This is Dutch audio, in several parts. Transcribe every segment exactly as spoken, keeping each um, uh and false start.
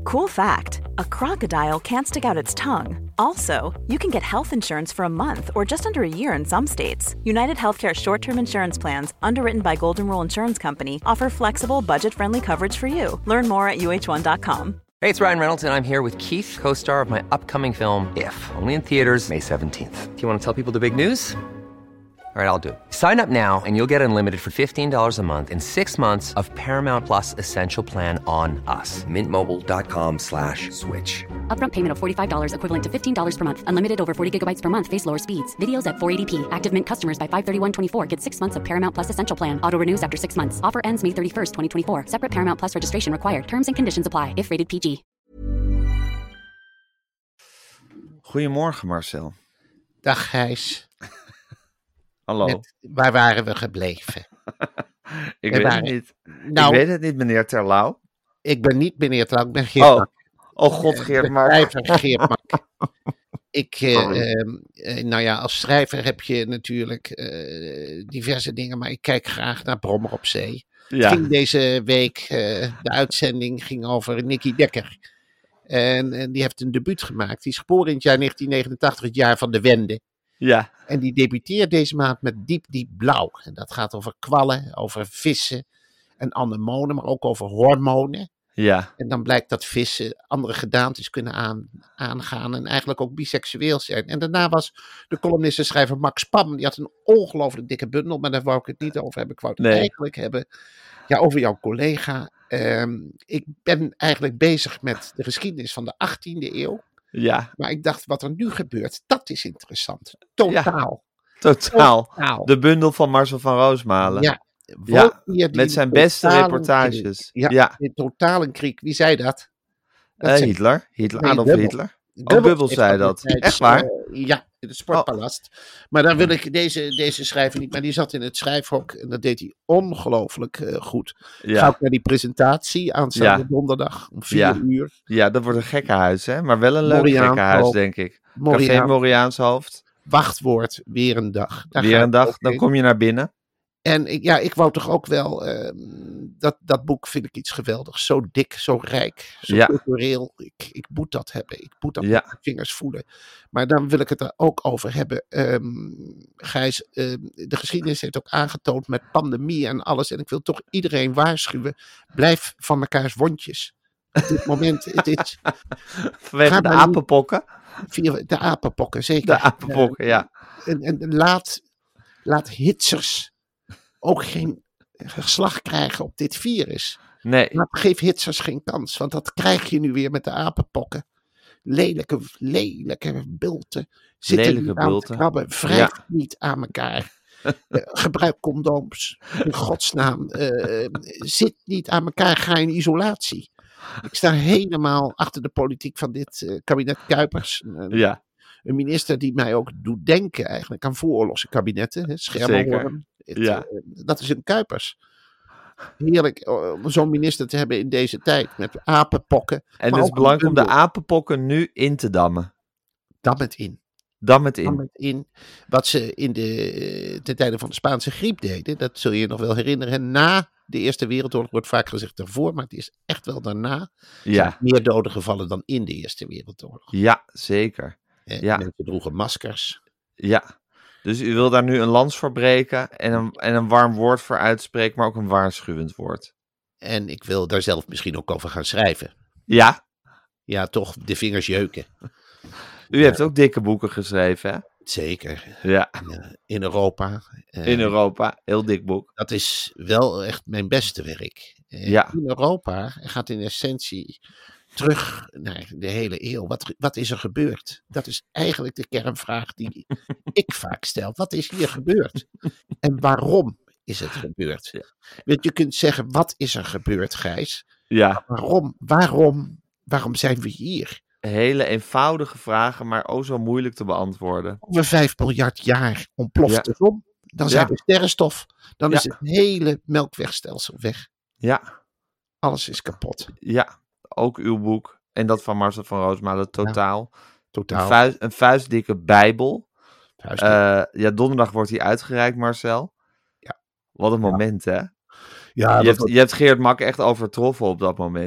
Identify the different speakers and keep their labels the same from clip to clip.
Speaker 1: Cool fact, a crocodile can't stick out its tongue. Also, you can get health insurance for a month or just under a year in some states. United Healthcare short-term insurance plans, underwritten by Golden Rule Insurance Company, offer flexible, budget-friendly coverage for you. Learn more at U H one dot com.
Speaker 2: Hey, it's Ryan Reynolds, and I'm here with Keith, co-star of my upcoming film, If, only in theaters May seventeenth. Do you want to tell people the big news? All right, I'll do it. Sign up now and you'll get unlimited for fifteen dollars a month and six months of Paramount Plus Essential Plan on us. Mintmobile.com slash switch.
Speaker 3: Upfront payment of forty-five dollars equivalent to fifteen dollars per month. Unlimited over forty gigabytes per month. Face lower speeds. Videos at four eighty p. Active Mint customers by five thirty-one twenty-four get six months of Paramount Plus Essential Plan. Auto renews after six months. Offer ends May thirty-first, twenty twenty-four. Separate Paramount Plus registration required. Terms and conditions apply if rated P G.
Speaker 4: Goedemorgen, Marcel.
Speaker 5: Dag Gijs.
Speaker 4: Hallo.
Speaker 5: Met, waar waren we gebleven?
Speaker 4: ik
Speaker 5: we
Speaker 4: weet
Speaker 5: waren,
Speaker 4: het niet.
Speaker 5: Nou,
Speaker 4: ik weet het niet, meneer Terlouw.
Speaker 5: Ik ben niet meneer Terlouw, ik ben Geert
Speaker 4: Oh,
Speaker 5: Mak.
Speaker 4: oh god, Geert Mak.
Speaker 5: Schrijver Geert Mak. ik, uh, uh, nou ja, als schrijver heb je natuurlijk uh, diverse dingen, maar ik kijk graag naar Brommer op Zee.
Speaker 4: Ja.
Speaker 5: Ging deze week, uh, de uitzending ging over Nicky Dekker. En, en die heeft een debuut gemaakt. Die is geboren in het jaar negentien negenentachtig, het jaar van de Wende.
Speaker 4: Ja.
Speaker 5: En die debuteert deze maand met Diep Diep Blauw. En dat gaat over kwallen, over vissen en anemonen, maar ook over hormonen.
Speaker 4: Ja.
Speaker 5: En dan blijkt dat vissen andere gedaantes kunnen aan, aangaan en eigenlijk ook biseksueel zijn. En daarna was de columnist en schrijver Max Pam, die had een ongelooflijk dikke bundel, maar daar wou ik het niet over hebben. Ik wou het
Speaker 4: Nee.
Speaker 5: eigenlijk hebben ja, over jouw collega. Um, ik ben eigenlijk bezig met de geschiedenis van de achttiende eeuw.
Speaker 4: Ja.
Speaker 5: Maar ik dacht, wat er nu gebeurt, dat is interessant. Totaal.
Speaker 4: Ja, totaal.
Speaker 5: Totaal.
Speaker 4: De bundel van Marcel van Roosmalen.
Speaker 5: Ja.
Speaker 4: Ja,
Speaker 5: Met
Speaker 4: met zijn beste reportages.
Speaker 5: Ja,
Speaker 4: Ja.
Speaker 5: in totaal een kriek. Wie zei dat? dat
Speaker 4: Uh,
Speaker 5: zei
Speaker 4: Hitler. Hitler.
Speaker 5: Nee,
Speaker 4: Adolf
Speaker 5: Goebbels.
Speaker 4: Hitler. Oh,
Speaker 5: Goebbels
Speaker 4: Goebbels
Speaker 5: heeft
Speaker 4: zei
Speaker 5: dat
Speaker 4: dat.
Speaker 5: destijds,
Speaker 4: Echt waar?
Speaker 5: Uh, ja, in het Sportpalast. Oh. Maar dan wil ik deze, deze schrijver niet. Maar die zat in het schrijfhok en dat deed hij ongelooflijk uh, goed.
Speaker 4: Ja.
Speaker 5: Ga ook naar die presentatie aanstaande
Speaker 4: Ja.
Speaker 5: donderdag om vier
Speaker 4: Ja.
Speaker 5: uur.
Speaker 4: Ja, dat wordt een gekkenhuis, hè? Maar wel een leuk
Speaker 5: Moriaan
Speaker 4: gekkenhuis,
Speaker 5: ook.
Speaker 4: denk ik. Café
Speaker 5: Moriaan.
Speaker 4: Moriaans hoofd.
Speaker 5: Wachtwoord, weer een dag. Daar
Speaker 4: Weer
Speaker 5: ga
Speaker 4: een
Speaker 5: ik
Speaker 4: dag,
Speaker 5: ook
Speaker 4: dan
Speaker 5: heen.
Speaker 4: kom je naar binnen.
Speaker 5: En ik, ja, ik wou toch ook wel, uh, dat, dat boek vind ik iets geweldigs. Zo dik, zo rijk, zo
Speaker 4: Ja.
Speaker 5: cultureel. Ik, ik moet dat hebben. Ik moet dat
Speaker 4: Ja.
Speaker 5: met mijn vingers voelen. Maar dan wil ik het er ook over hebben. Um, Gijs, uh, de geschiedenis heeft ook aangetoond met pandemie en alles. En ik wil toch iedereen waarschuwen. Blijf van mekaars wondjes. Op dit moment, het is...
Speaker 4: Vanwege
Speaker 5: Ga
Speaker 4: de
Speaker 5: maar niet-
Speaker 4: apenpokken.
Speaker 5: Via de apenpokken, zeker.
Speaker 4: De apenpokken, ja.
Speaker 5: En, en laat, laat hitsers ook geen geslag krijgen op dit virus.
Speaker 4: Nee.
Speaker 5: Maar geef hitsers geen kans, want dat krijg je nu weer met de apenpokken. Lelijke, lelijke bulten. Zitten
Speaker 4: Lelijke
Speaker 5: niet aan
Speaker 4: bulten.
Speaker 5: te krabben. Wrijf
Speaker 4: Ja.
Speaker 5: niet aan elkaar. Uh, gebruik condooms. In godsnaam. Uh, zit niet aan elkaar. Ga in isolatie. Ik sta helemaal achter de politiek van dit uh, kabinet Kuipers. Uh,
Speaker 4: Ja.
Speaker 5: Een minister die mij ook doet denken eigenlijk aan vooroorlogse kabinetten. Hè, Schermerhorn. Het,
Speaker 4: Ja.
Speaker 5: uh, dat is een Kuipers. Heerlijk om zo'n minister te hebben in deze tijd. Met apenpokken.
Speaker 4: En
Speaker 5: maar
Speaker 4: het is
Speaker 5: ook
Speaker 4: belangrijk om
Speaker 5: een
Speaker 4: de apenpokken nu in te dammen.
Speaker 5: Dam het in.
Speaker 4: Dam het
Speaker 5: Dam
Speaker 4: in.
Speaker 5: het in. Wat ze in de, ten tijde van de Spaanse griep deden. Dat zul je je nog wel herinneren. Na de Eerste Wereldoorlog wordt vaak gezegd daarvoor. Maar het is echt wel daarna.
Speaker 4: Ja.
Speaker 5: Meer doden gevallen dan in de Eerste Wereldoorlog.
Speaker 4: Ja, zeker.
Speaker 5: Eh,
Speaker 4: Ja.
Speaker 5: Mensen droegen maskers.
Speaker 4: Ja. Dus u wil daar nu een lans voor breken en een, en een warm woord voor uitspreken, maar ook een waarschuwend woord.
Speaker 5: En ik wil daar zelf misschien ook over gaan schrijven.
Speaker 4: Ja,
Speaker 5: Ja, toch de vingers jeuken.
Speaker 4: u heeft ook dikke boeken geschreven, hè?
Speaker 5: Zeker.
Speaker 4: Ja,
Speaker 5: Eh, in Europa. Eh,
Speaker 4: in Europa. Heel dik boek.
Speaker 5: Dat is wel echt mijn beste werk. Eh,
Speaker 4: Ja.
Speaker 5: In Europa gaat in essentie terug naar de hele eeuw. Wat, wat is er gebeurd? Dat is eigenlijk de kernvraag die ik vaak stel. Wat is hier gebeurd? En waarom is het gebeurd?
Speaker 4: Ja.
Speaker 5: Want je kunt zeggen, wat is er gebeurd, Gijs?
Speaker 4: Ja,
Speaker 5: Waarom? Waarom? Waarom zijn we hier?
Speaker 4: hele eenvoudige vragen, maar ook zo moeilijk te beantwoorden.
Speaker 5: Over vijf miljard jaar ontploft
Speaker 4: Ja.
Speaker 5: de zon. Dan zijn
Speaker 4: Ja.
Speaker 5: we sterrenstof. Dan is
Speaker 4: Ja.
Speaker 5: het hele melkwegstelsel weg.
Speaker 4: Ja,
Speaker 5: Alles is kapot.
Speaker 4: ja. Ook uw boek en dat van Marcel van Roosmalen, totaal.
Speaker 5: Totaal.
Speaker 4: Een, vuist, een vuistdikke bijbel.
Speaker 5: Vuist-
Speaker 4: Uh, ja, donderdag wordt hij uitgereikt, Marcel.
Speaker 5: Ja.
Speaker 4: Wat een moment, hè?
Speaker 5: ja,
Speaker 4: Je
Speaker 5: dat
Speaker 4: hebt, je hebt Geert Mak echt overtroffen op dat moment.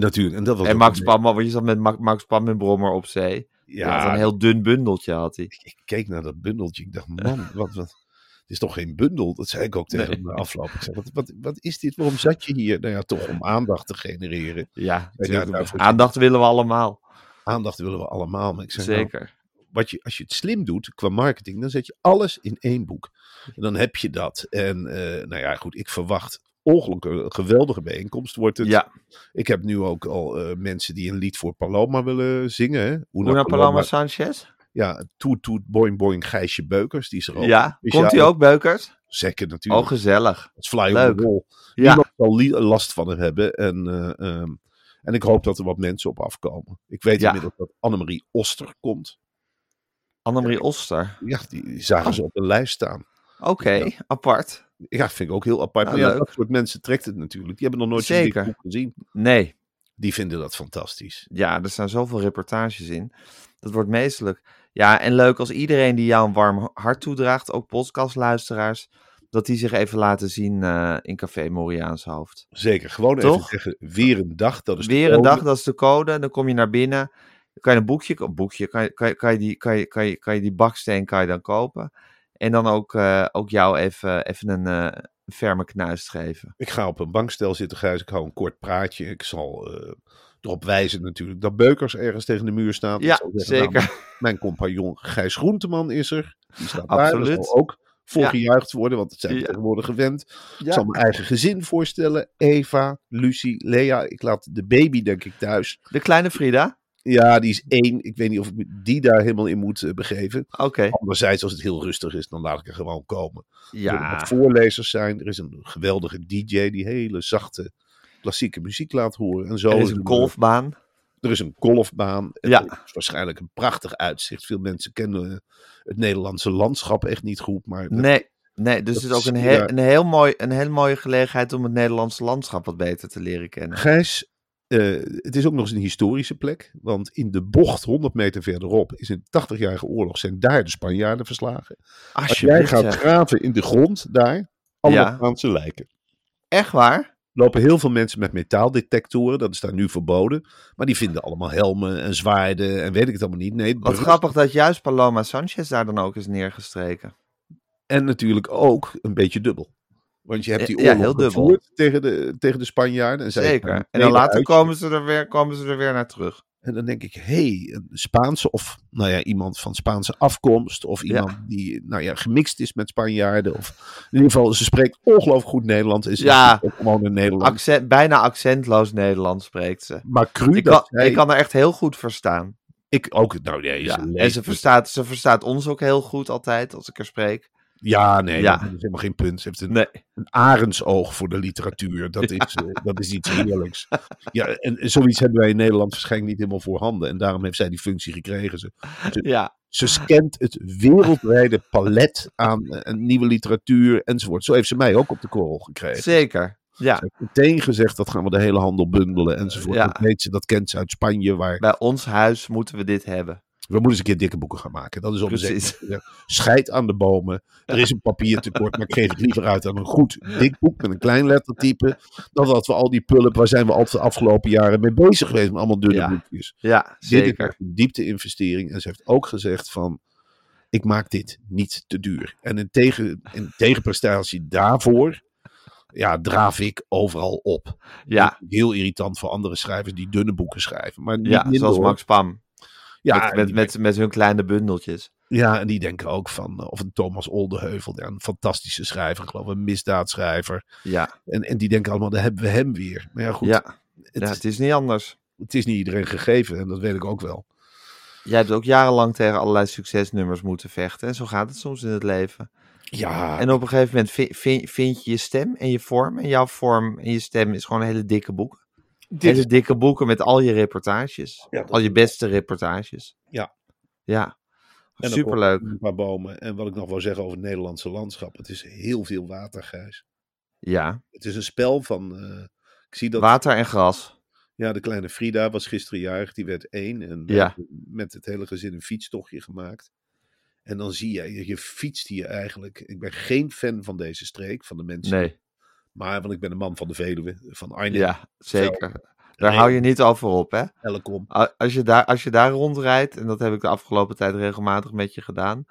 Speaker 6: Natuurlijk. En, dat was
Speaker 4: En
Speaker 6: ook
Speaker 4: Max
Speaker 6: een-
Speaker 4: Pam, want je zat met Ma- Max Pam en Brommer op zee. Ja,
Speaker 6: Ja,
Speaker 4: een heel dun bundeltje had hij.
Speaker 6: ik, ik keek naar dat bundeltje. Ik dacht, man, wat, wat, het is toch geen bundel? Dat zei ik ook tegen
Speaker 4: Nee.
Speaker 6: hem na afloop. Ik zei, wat, wat, wat is dit? Waarom zat je hier? Nou ja, toch om aandacht te genereren.
Speaker 4: Ja, natuurlijk.
Speaker 6: daarvoor-
Speaker 4: Aandacht willen we allemaal.
Speaker 6: Aandacht willen we allemaal. Maar ik zei, nou,
Speaker 4: Zeker.
Speaker 6: wat je, als je het slim doet qua marketing, dan zet je alles in één boek. En dan heb je dat. En eh, nou ja, goed, ik verwacht ongelukkig een geweldige bijeenkomst wordt het.
Speaker 4: Ja,
Speaker 6: Ik heb nu ook al eh, mensen die een lied voor Paloma willen zingen. Hè?
Speaker 4: Una Paloma Sanchez.
Speaker 6: Ja, Toet Toet Boing Boing Gijsje Beukers. Die is er ook.
Speaker 4: Ja,
Speaker 6: Is
Speaker 4: komt
Speaker 6: ja,
Speaker 4: hij ook, Beukers?
Speaker 6: Zeker
Speaker 4: Oh,
Speaker 6: natuurlijk.
Speaker 4: gezellig.
Speaker 6: Het is fly on
Speaker 4: leuk.
Speaker 6: the wall.
Speaker 4: Ja,
Speaker 6: Niemand zal li- last van hem hebben. En, eh, ehm, en ik hoop dat er wat mensen op afkomen. Ik weet
Speaker 4: Ja.
Speaker 6: inmiddels dat Annemarie Oster komt.
Speaker 4: Annemarie Oster.
Speaker 6: Ja, die, die zagen ze op de lijst staan.
Speaker 4: Oké,
Speaker 6: Ja.
Speaker 4: apart.
Speaker 6: Ja, vind ik ook heel apart.
Speaker 4: Ja,
Speaker 6: maar ja,
Speaker 4: leuk.
Speaker 6: dat soort mensen trekt het natuurlijk. Die hebben nog nooit zo'n dik
Speaker 4: Zeker.
Speaker 6: boek gezien.
Speaker 4: Nee,
Speaker 6: Die vinden dat fantastisch.
Speaker 4: ja, er staan zoveel reportages in. Dat wordt meestelijk. Ja, en leuk als iedereen die jou een warm hart toedraagt, ook podcastluisteraars, dat die zich even laten zien eh, in Café Moriaans Hoofd.
Speaker 6: Zeker. Gewoon
Speaker 4: Toch?
Speaker 6: even zeggen, weer een dag. Dat is de
Speaker 4: Weer een
Speaker 6: code.
Speaker 4: dag, dat is de code. Dan kom je naar binnen. Dan kan je een boekje, een boekje kan, je, kan, je, kan, je die, kan, je, kan, je, kan je die baksteen kan je dan kopen. En dan ook, eh, ook jou even, even een, eh, een ferme knuist geven.
Speaker 6: Ik ga op een bankstel zitten, Gijs. Ik hou een kort praatje. Ik zal eh, erop wijzen natuurlijk dat Beukers ergens tegen de muur staat. Ik
Speaker 4: Ja,
Speaker 6: zal zeggen, nou,
Speaker 4: zeker.
Speaker 6: mijn compagnon Gijs Groenteman is er. Die staat daar.
Speaker 4: Absoluut.
Speaker 6: Dat zal ook voor
Speaker 4: Ja.
Speaker 6: gejuicht worden, want dat zijn we
Speaker 4: Ja.
Speaker 6: tegenwoordig gewend. Ik
Speaker 4: Ja.
Speaker 6: zal mijn eigen gezin voorstellen. Eva, Lucie, Lea. Ik laat de baby denk ik thuis.
Speaker 4: De kleine Frida?
Speaker 6: Ja, die is één. Ik weet niet of ik die daar helemaal in moet eh, begeven.
Speaker 4: Oké.
Speaker 6: Anderzijds, als het heel rustig is, dan laat ik er gewoon komen. Er zullen
Speaker 4: Ja.
Speaker 6: wat voorlezers zijn. Er is een geweldige D J die hele zachte klassieke muziek laat horen. En zo
Speaker 4: Er is een golfbaan.
Speaker 6: Er is een golfbaan. En
Speaker 4: Ja.
Speaker 6: er is waarschijnlijk een prachtig uitzicht. Veel mensen kennen het Nederlandse landschap echt niet goed. Maar dat-
Speaker 4: Nee, nee, dus
Speaker 6: dat
Speaker 4: het is ook een,
Speaker 6: is,
Speaker 4: he-
Speaker 6: ja.
Speaker 4: een, heel mooi, een hele mooie gelegenheid om het Nederlandse landschap wat beter te leren kennen.
Speaker 6: Gijs, eh, het is ook nog eens een historische plek. Want in de bocht, honderd meter verderop, is in de tachtigjarige oorlog zijn daar de Spanjaarden verslagen. Als jij
Speaker 4: Alsjeblieft,
Speaker 6: gaat
Speaker 4: zeg.
Speaker 6: graven in de grond daar, alle
Speaker 4: Ja.
Speaker 6: Spaanse lijken.
Speaker 4: Echt waar?
Speaker 6: Lopen heel veel mensen met metaaldetectoren, dat is daar nu verboden. Maar die vinden allemaal helmen en zwaarden en weet ik het allemaal niet. Nee, het
Speaker 4: Wat
Speaker 6: berucht-
Speaker 4: grappig dat juist Paloma Sanchez daar dan ook is neergestreken.
Speaker 6: En natuurlijk ook een beetje dubbel. Want je hebt die
Speaker 4: Ja,
Speaker 6: oorlog
Speaker 4: heel dubbel.
Speaker 6: gevoerd tegen de, tegen de Spanjaarden. En zij
Speaker 4: Zeker.
Speaker 6: kwamen
Speaker 4: En dan
Speaker 6: tweede
Speaker 4: later
Speaker 6: uit.
Speaker 4: komen ze, er weer, komen ze er weer naar terug.
Speaker 6: En dan denk ik, hé, hey, een Spaanse of nou ja, iemand van Spaanse afkomst. Of iemand
Speaker 4: Ja.
Speaker 6: die nou ja, gemixt is met Spanjaarden. Of in ieder geval, ze spreekt ongelooflijk goed Nederlands. En ze
Speaker 4: Ja.
Speaker 6: is ook gewoon een Nederland.
Speaker 4: Accent, bijna accentloos Nederlands spreekt ze.
Speaker 6: Maar cru
Speaker 4: Ik
Speaker 6: dat
Speaker 4: kan,
Speaker 6: zij-
Speaker 4: ik kan haar echt heel goed verstaan.
Speaker 6: ik ook, nou nee,
Speaker 4: Ja.
Speaker 6: ze
Speaker 4: En
Speaker 6: leest
Speaker 4: ze
Speaker 6: het.
Speaker 4: verstaat, ze verstaat ons ook heel goed altijd als ik er spreek.
Speaker 6: Ja, nee,
Speaker 4: Ja.
Speaker 6: dat is helemaal geen punt. Ze heeft een,
Speaker 4: Nee.
Speaker 6: een arendsoog voor de literatuur. Dat is, eh, dat is iets heerlijks. Ja, en, en zoiets hebben wij in Nederland waarschijnlijk niet helemaal voorhanden. En daarom heeft zij die functie gekregen. Ze,
Speaker 4: Ja.
Speaker 6: ze scant het wereldwijde palet aan eh, nieuwe literatuur enzovoort. Zo heeft ze mij ook op de korrel gekregen.
Speaker 4: Zeker. Ja.
Speaker 6: Ze heeft meteen gezegd, dat gaan we de hele handel bundelen enzovoort.
Speaker 4: Ja.
Speaker 6: Dat, weet ze, dat kent ze uit Spanje, waar
Speaker 4: Bij ons huis moeten we dit hebben.
Speaker 6: we moeten eens een keer dikke boeken gaan maken. Dat is
Speaker 4: Precies.
Speaker 6: onzeker. Scheid aan de bomen. Er is een papiertekort, maar ik geef het liever uit aan een goed dik boek met een klein lettertype. Dan dat we al die pulp, waar zijn we al de afgelopen jaren mee bezig geweest met allemaal dunne
Speaker 4: Ja.
Speaker 6: boekjes.
Speaker 4: Ja,
Speaker 6: Dit is
Speaker 4: zeker.
Speaker 6: echt een diepte investering. En ze heeft ook gezegd van, ik maak dit niet te duur. En in, tegen, in tegenprestatie daarvoor, ja, draaf ik overal op.
Speaker 4: Ja,
Speaker 6: Heel irritant voor andere schrijvers die dunne boeken schrijven. Maar niet
Speaker 4: ja
Speaker 6: minder,
Speaker 4: zoals
Speaker 6: hoor.
Speaker 4: Max Pam.
Speaker 6: Ja,
Speaker 4: met,
Speaker 6: en
Speaker 4: met,
Speaker 6: die
Speaker 4: met, met hun kleine bundeltjes.
Speaker 6: Ja, en die denken ook van, eh, of een Thomas Oldeheuvel, ja, een fantastische schrijver, geloof ik, een misdaadschrijver.
Speaker 4: Ja,
Speaker 6: En, en die denken allemaal, daar hebben we hem weer. Maar ja, goed,
Speaker 4: ja.
Speaker 6: het,
Speaker 4: ja, het is niet anders.
Speaker 6: het is niet iedereen gegeven en dat weet ik ook wel.
Speaker 4: Jij hebt ook jarenlang tegen allerlei succesnummers moeten vechten. En zo gaat het soms in het leven.
Speaker 6: Ja,
Speaker 4: En op een gegeven moment vind, vind, vind je je stem en je vorm. En jouw vorm en je stem is gewoon een hele dikke boek.
Speaker 6: dit
Speaker 4: Hele
Speaker 6: is,
Speaker 4: dikke boeken met al je reportages.
Speaker 6: Ja, dat-
Speaker 4: Al je beste reportages.
Speaker 6: Ja.
Speaker 4: Ja.
Speaker 6: en dan
Speaker 4: Superleuk.
Speaker 6: komen Een paar bomen. En wat ik nog wil zeggen over het Nederlandse landschap, het is heel veel water, Gijs.
Speaker 4: Ja.
Speaker 6: Het is een spel van, eh, ik zie dat,
Speaker 4: Water en gras.
Speaker 6: ja, de kleine Frida was gisteren jarig, die werd één. En we
Speaker 4: Ja.
Speaker 6: hebben met het hele gezin een fietstochtje gemaakt. En dan zie je, je, je fietst hier eigenlijk. Ik ben geen fan van deze streek, van de mensen.
Speaker 4: Nee.
Speaker 6: Maar, want ik ben een man van de Veluwe, van Arnhem.
Speaker 4: Ja, zeker. Daar hou je niet over op, hè?
Speaker 6: Welkom.
Speaker 4: A- Als je, daar, als je daar rondrijdt, en dat heb ik de afgelopen tijd regelmatig met je gedaan.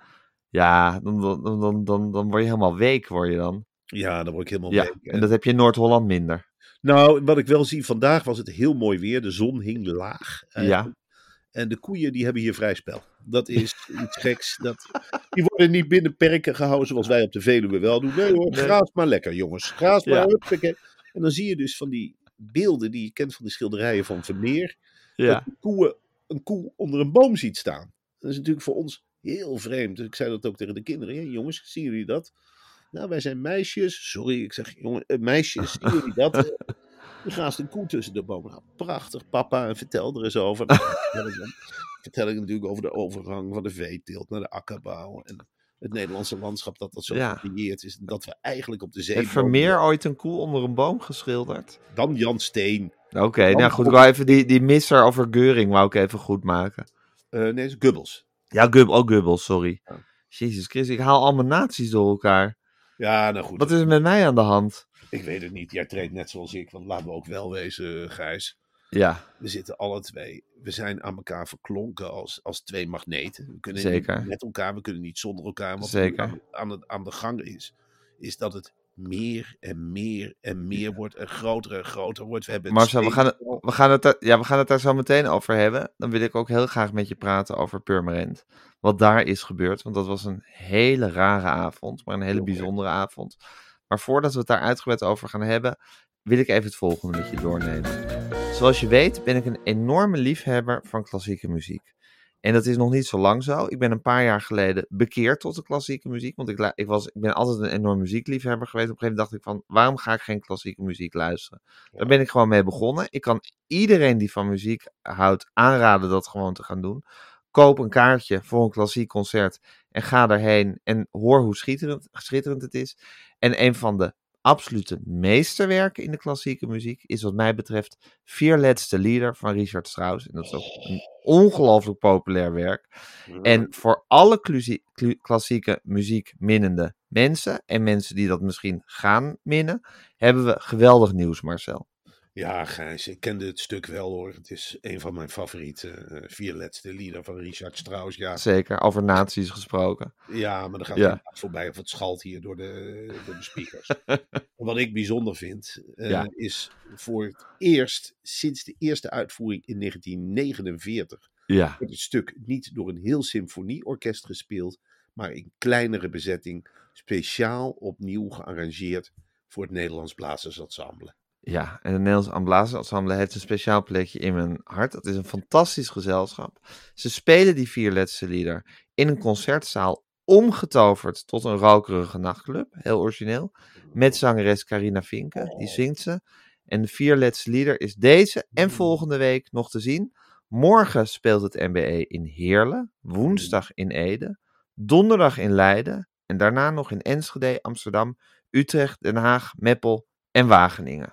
Speaker 4: Ja, dan, dan, dan, dan, dan, dan word je helemaal week, word je dan.
Speaker 6: Ja, dan word ik helemaal
Speaker 4: Ja,
Speaker 6: week.
Speaker 4: en dat heb je in Noord-Holland minder.
Speaker 6: Nou, wat ik wel zie, vandaag was het heel mooi weer. De zon hing laag.
Speaker 4: Ja,
Speaker 6: En de koeien die hebben hier vrij spel. Dat is iets geks. Dat, die worden niet binnen perken gehouden zoals wij op de Veluwe wel doen. Nee hoor,
Speaker 4: Nee.
Speaker 6: graas maar lekker jongens. Graas maar,
Speaker 4: Ja.
Speaker 6: huppakee. En dan zie je dus van die beelden die je kent van de schilderijen van Vermeer. Dat
Speaker 4: ja,
Speaker 6: je koeien, een koe onder een boom ziet staan. Dat is natuurlijk voor ons heel vreemd. Dus ik zei dat ook tegen de kinderen. Ja, jongens, zien jullie dat? Nou, wij zijn meisjes. Sorry, ik zeg jongen, eh, meisjes, zien jullie dat? Eh, Er gaat een koe tussen de bomen. Nou, prachtig, papa. En vertel er eens over. Nou, vertel ik dan. Vertel ik natuurlijk over de overgang van de veeteelt naar de akkerbouw. En het Nederlandse landschap dat dat zo
Speaker 4: Ja.
Speaker 6: gevarieerd is. En dat we eigenlijk op de zee
Speaker 4: Heeft
Speaker 6: wonen.
Speaker 4: Vermeer ooit een koe onder een boom geschilderd?
Speaker 6: Dan Jan Steen.
Speaker 4: Oké,
Speaker 6: Dan
Speaker 4: nou goed, ik
Speaker 6: op-
Speaker 4: wou even die, die misser over Geuring wou ik even goed maken.
Speaker 6: Eh, nee, dat is Gubbels.
Speaker 4: Ja, Gub, oh Gubbels, sorry.
Speaker 6: Ja.
Speaker 4: Jezus Christus, ik haal allemaal naties door elkaar.
Speaker 6: Ja, nou goed.
Speaker 4: Wat is er met mij aan de hand?
Speaker 6: Ik weet het niet. Jij treedt net zoals ik. Want laten we ook wel wezen, Gijs.
Speaker 4: Ja,
Speaker 6: We zitten alle twee. We zijn aan elkaar verklonken als, als twee magneten. We kunnen
Speaker 4: Zeker.
Speaker 6: niet met elkaar, we kunnen niet zonder elkaar. Wat
Speaker 4: Zeker.
Speaker 6: aan, aan, de, aan de gang is, is dat het meer en meer en meer wordt. En groter en groter wordt. We hebben het
Speaker 4: Marcel, we gaan, het,
Speaker 6: steeds-
Speaker 4: we, gaan het, daar- ja, we gaan het daar zo meteen over hebben. Dan wil ik ook heel graag met je praten over Purmerend. Wat daar is gebeurd, want dat was een hele rare avond, maar een hele
Speaker 6: Heel
Speaker 4: bijzondere avond. Maar voordat we het daar uitgebreid over gaan hebben, wil ik even het volgende met je doornemen. Zoals je weet ben ik een enorme liefhebber van klassieke muziek. En dat is nog niet zo lang zo. Ik ben een paar jaar geleden bekeerd tot de klassieke muziek. Want ik, lu- ik, was, ik ben altijd een enorm muziekliefhebber geweest. Op een gegeven moment dacht ik van, waarom ga ik geen klassieke muziek luisteren? Daar ben ik gewoon mee begonnen. Ik kan iedereen die van muziek houdt aanraden dat gewoon te gaan doen. Koop een kaartje voor een klassiek concert en ga daarheen en hoor hoe schitterend, schitterend het is. En een van de absolute meesterwerken in de klassieke muziek is wat mij betreft Vier Laatste Lieder van Richard Strauss. En dat is ook een ongelooflijk populair werk. En voor alle kluzie- klu- klassieke muziek minnende mensen en mensen die dat misschien gaan minnen, hebben we geweldig nieuws, Marcel.
Speaker 6: Ja, Gijs, ik kende het stuk wel hoor. Het is een van mijn favoriete uh, vier laatste lieder van Richard Strauss. Ja,
Speaker 4: Zeker, over naties gesproken.
Speaker 6: ja maar dan gaat
Speaker 4: Ja.
Speaker 6: het ja. voorbij of het schalt hier door de, door de speakers. Wat ik bijzonder vind, uh,
Speaker 4: Ja.
Speaker 6: is voor het eerst sinds de eerste uitvoering in negentien negenenveertig
Speaker 4: Ja,
Speaker 6: wordt het stuk niet door een heel symfonieorkest gespeeld, maar in kleinere bezetting, speciaal opnieuw gearrangeerd voor het Nederlands Blazersensemble.
Speaker 4: ja, en het Nederlands Amblazenensemble heeft een speciaal plekje in mijn hart. Het is een fantastisch gezelschap. Ze spelen die vier laatste lieder in een concertzaal omgetoverd tot een rokerige nachtclub. Heel origineel. Met zangeres Carina Vinken, die zingt ze. En de vier laatste lieder is deze en volgende week nog te zien. Morgen speelt het N B E in Heerlen, woensdag in Ede, donderdag in Leiden en daarna nog in Enschede, Amsterdam, Utrecht, Den Haag, Meppel en Wageningen.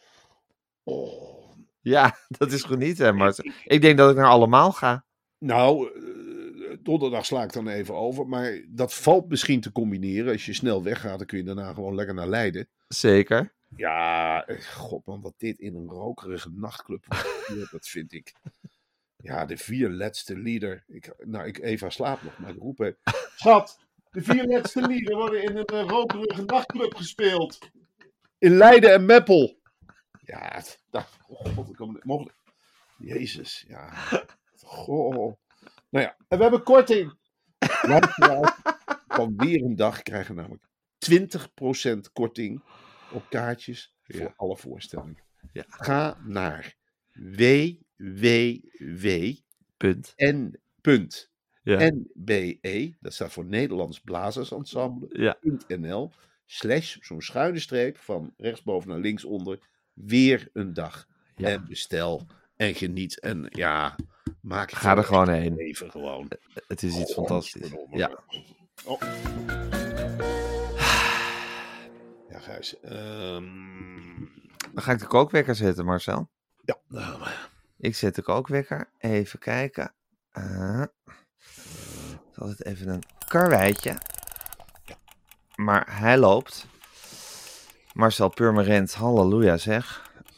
Speaker 6: Oh.
Speaker 4: Ja, dat is genieten, hè, Marcel. Ik denk dat ik naar allemaal ga.
Speaker 6: Nou, uh, donderdag sla ik dan even over. Maar dat valt misschien te combineren. Als je snel weggaat, dan kun je daarna gewoon lekker naar Leiden.
Speaker 4: Zeker.
Speaker 6: Ja, eh, god man, wat dit in een rokerige nachtclub wordt, dat vind ik. Ja, de vier laatste lieder. Ik, nou, ik, Eva slaapt nog, maar ik roep even. Schat, de vier laatste lieder worden in een uh, rokerige nachtclub gespeeld. In Leiden en Meppel. Ja, het- nou, oh, god, ik kan mogelijk. Jezus, ja. Goh. Nou ja, en we hebben korting. Luisteraars van weer een dag krijgen namelijk twintig procent korting op kaartjes voor
Speaker 4: Ja.
Speaker 6: alle voorstellingen.
Speaker 4: Ja.
Speaker 6: Ga naar w w w
Speaker 4: Punt.
Speaker 6: punt
Speaker 4: Ja.
Speaker 6: n b e, dat staat voor Nederlands Blazersensemble,
Speaker 4: Ja.
Speaker 6: .nl, slash zo'n schuine streep van rechtsboven naar linksonder, weer een dag.
Speaker 4: Ja.
Speaker 6: En bestel en geniet en ja, maak
Speaker 4: Ga er gewoon heen.
Speaker 6: Even gewoon.
Speaker 4: Het is iets fantastisch.
Speaker 6: Godverdomme.
Speaker 4: Ja.
Speaker 6: Oh. Ja, Gijs. ehm,
Speaker 4: Dan ga ik de kookwekker zetten, Marcel.
Speaker 6: ja, nou, maar-
Speaker 4: Ik zet de kookwekker. Even kijken. Uh, het is altijd even een karweitje. Maar hij loopt. Marcel Purmerend, halleluja zeg.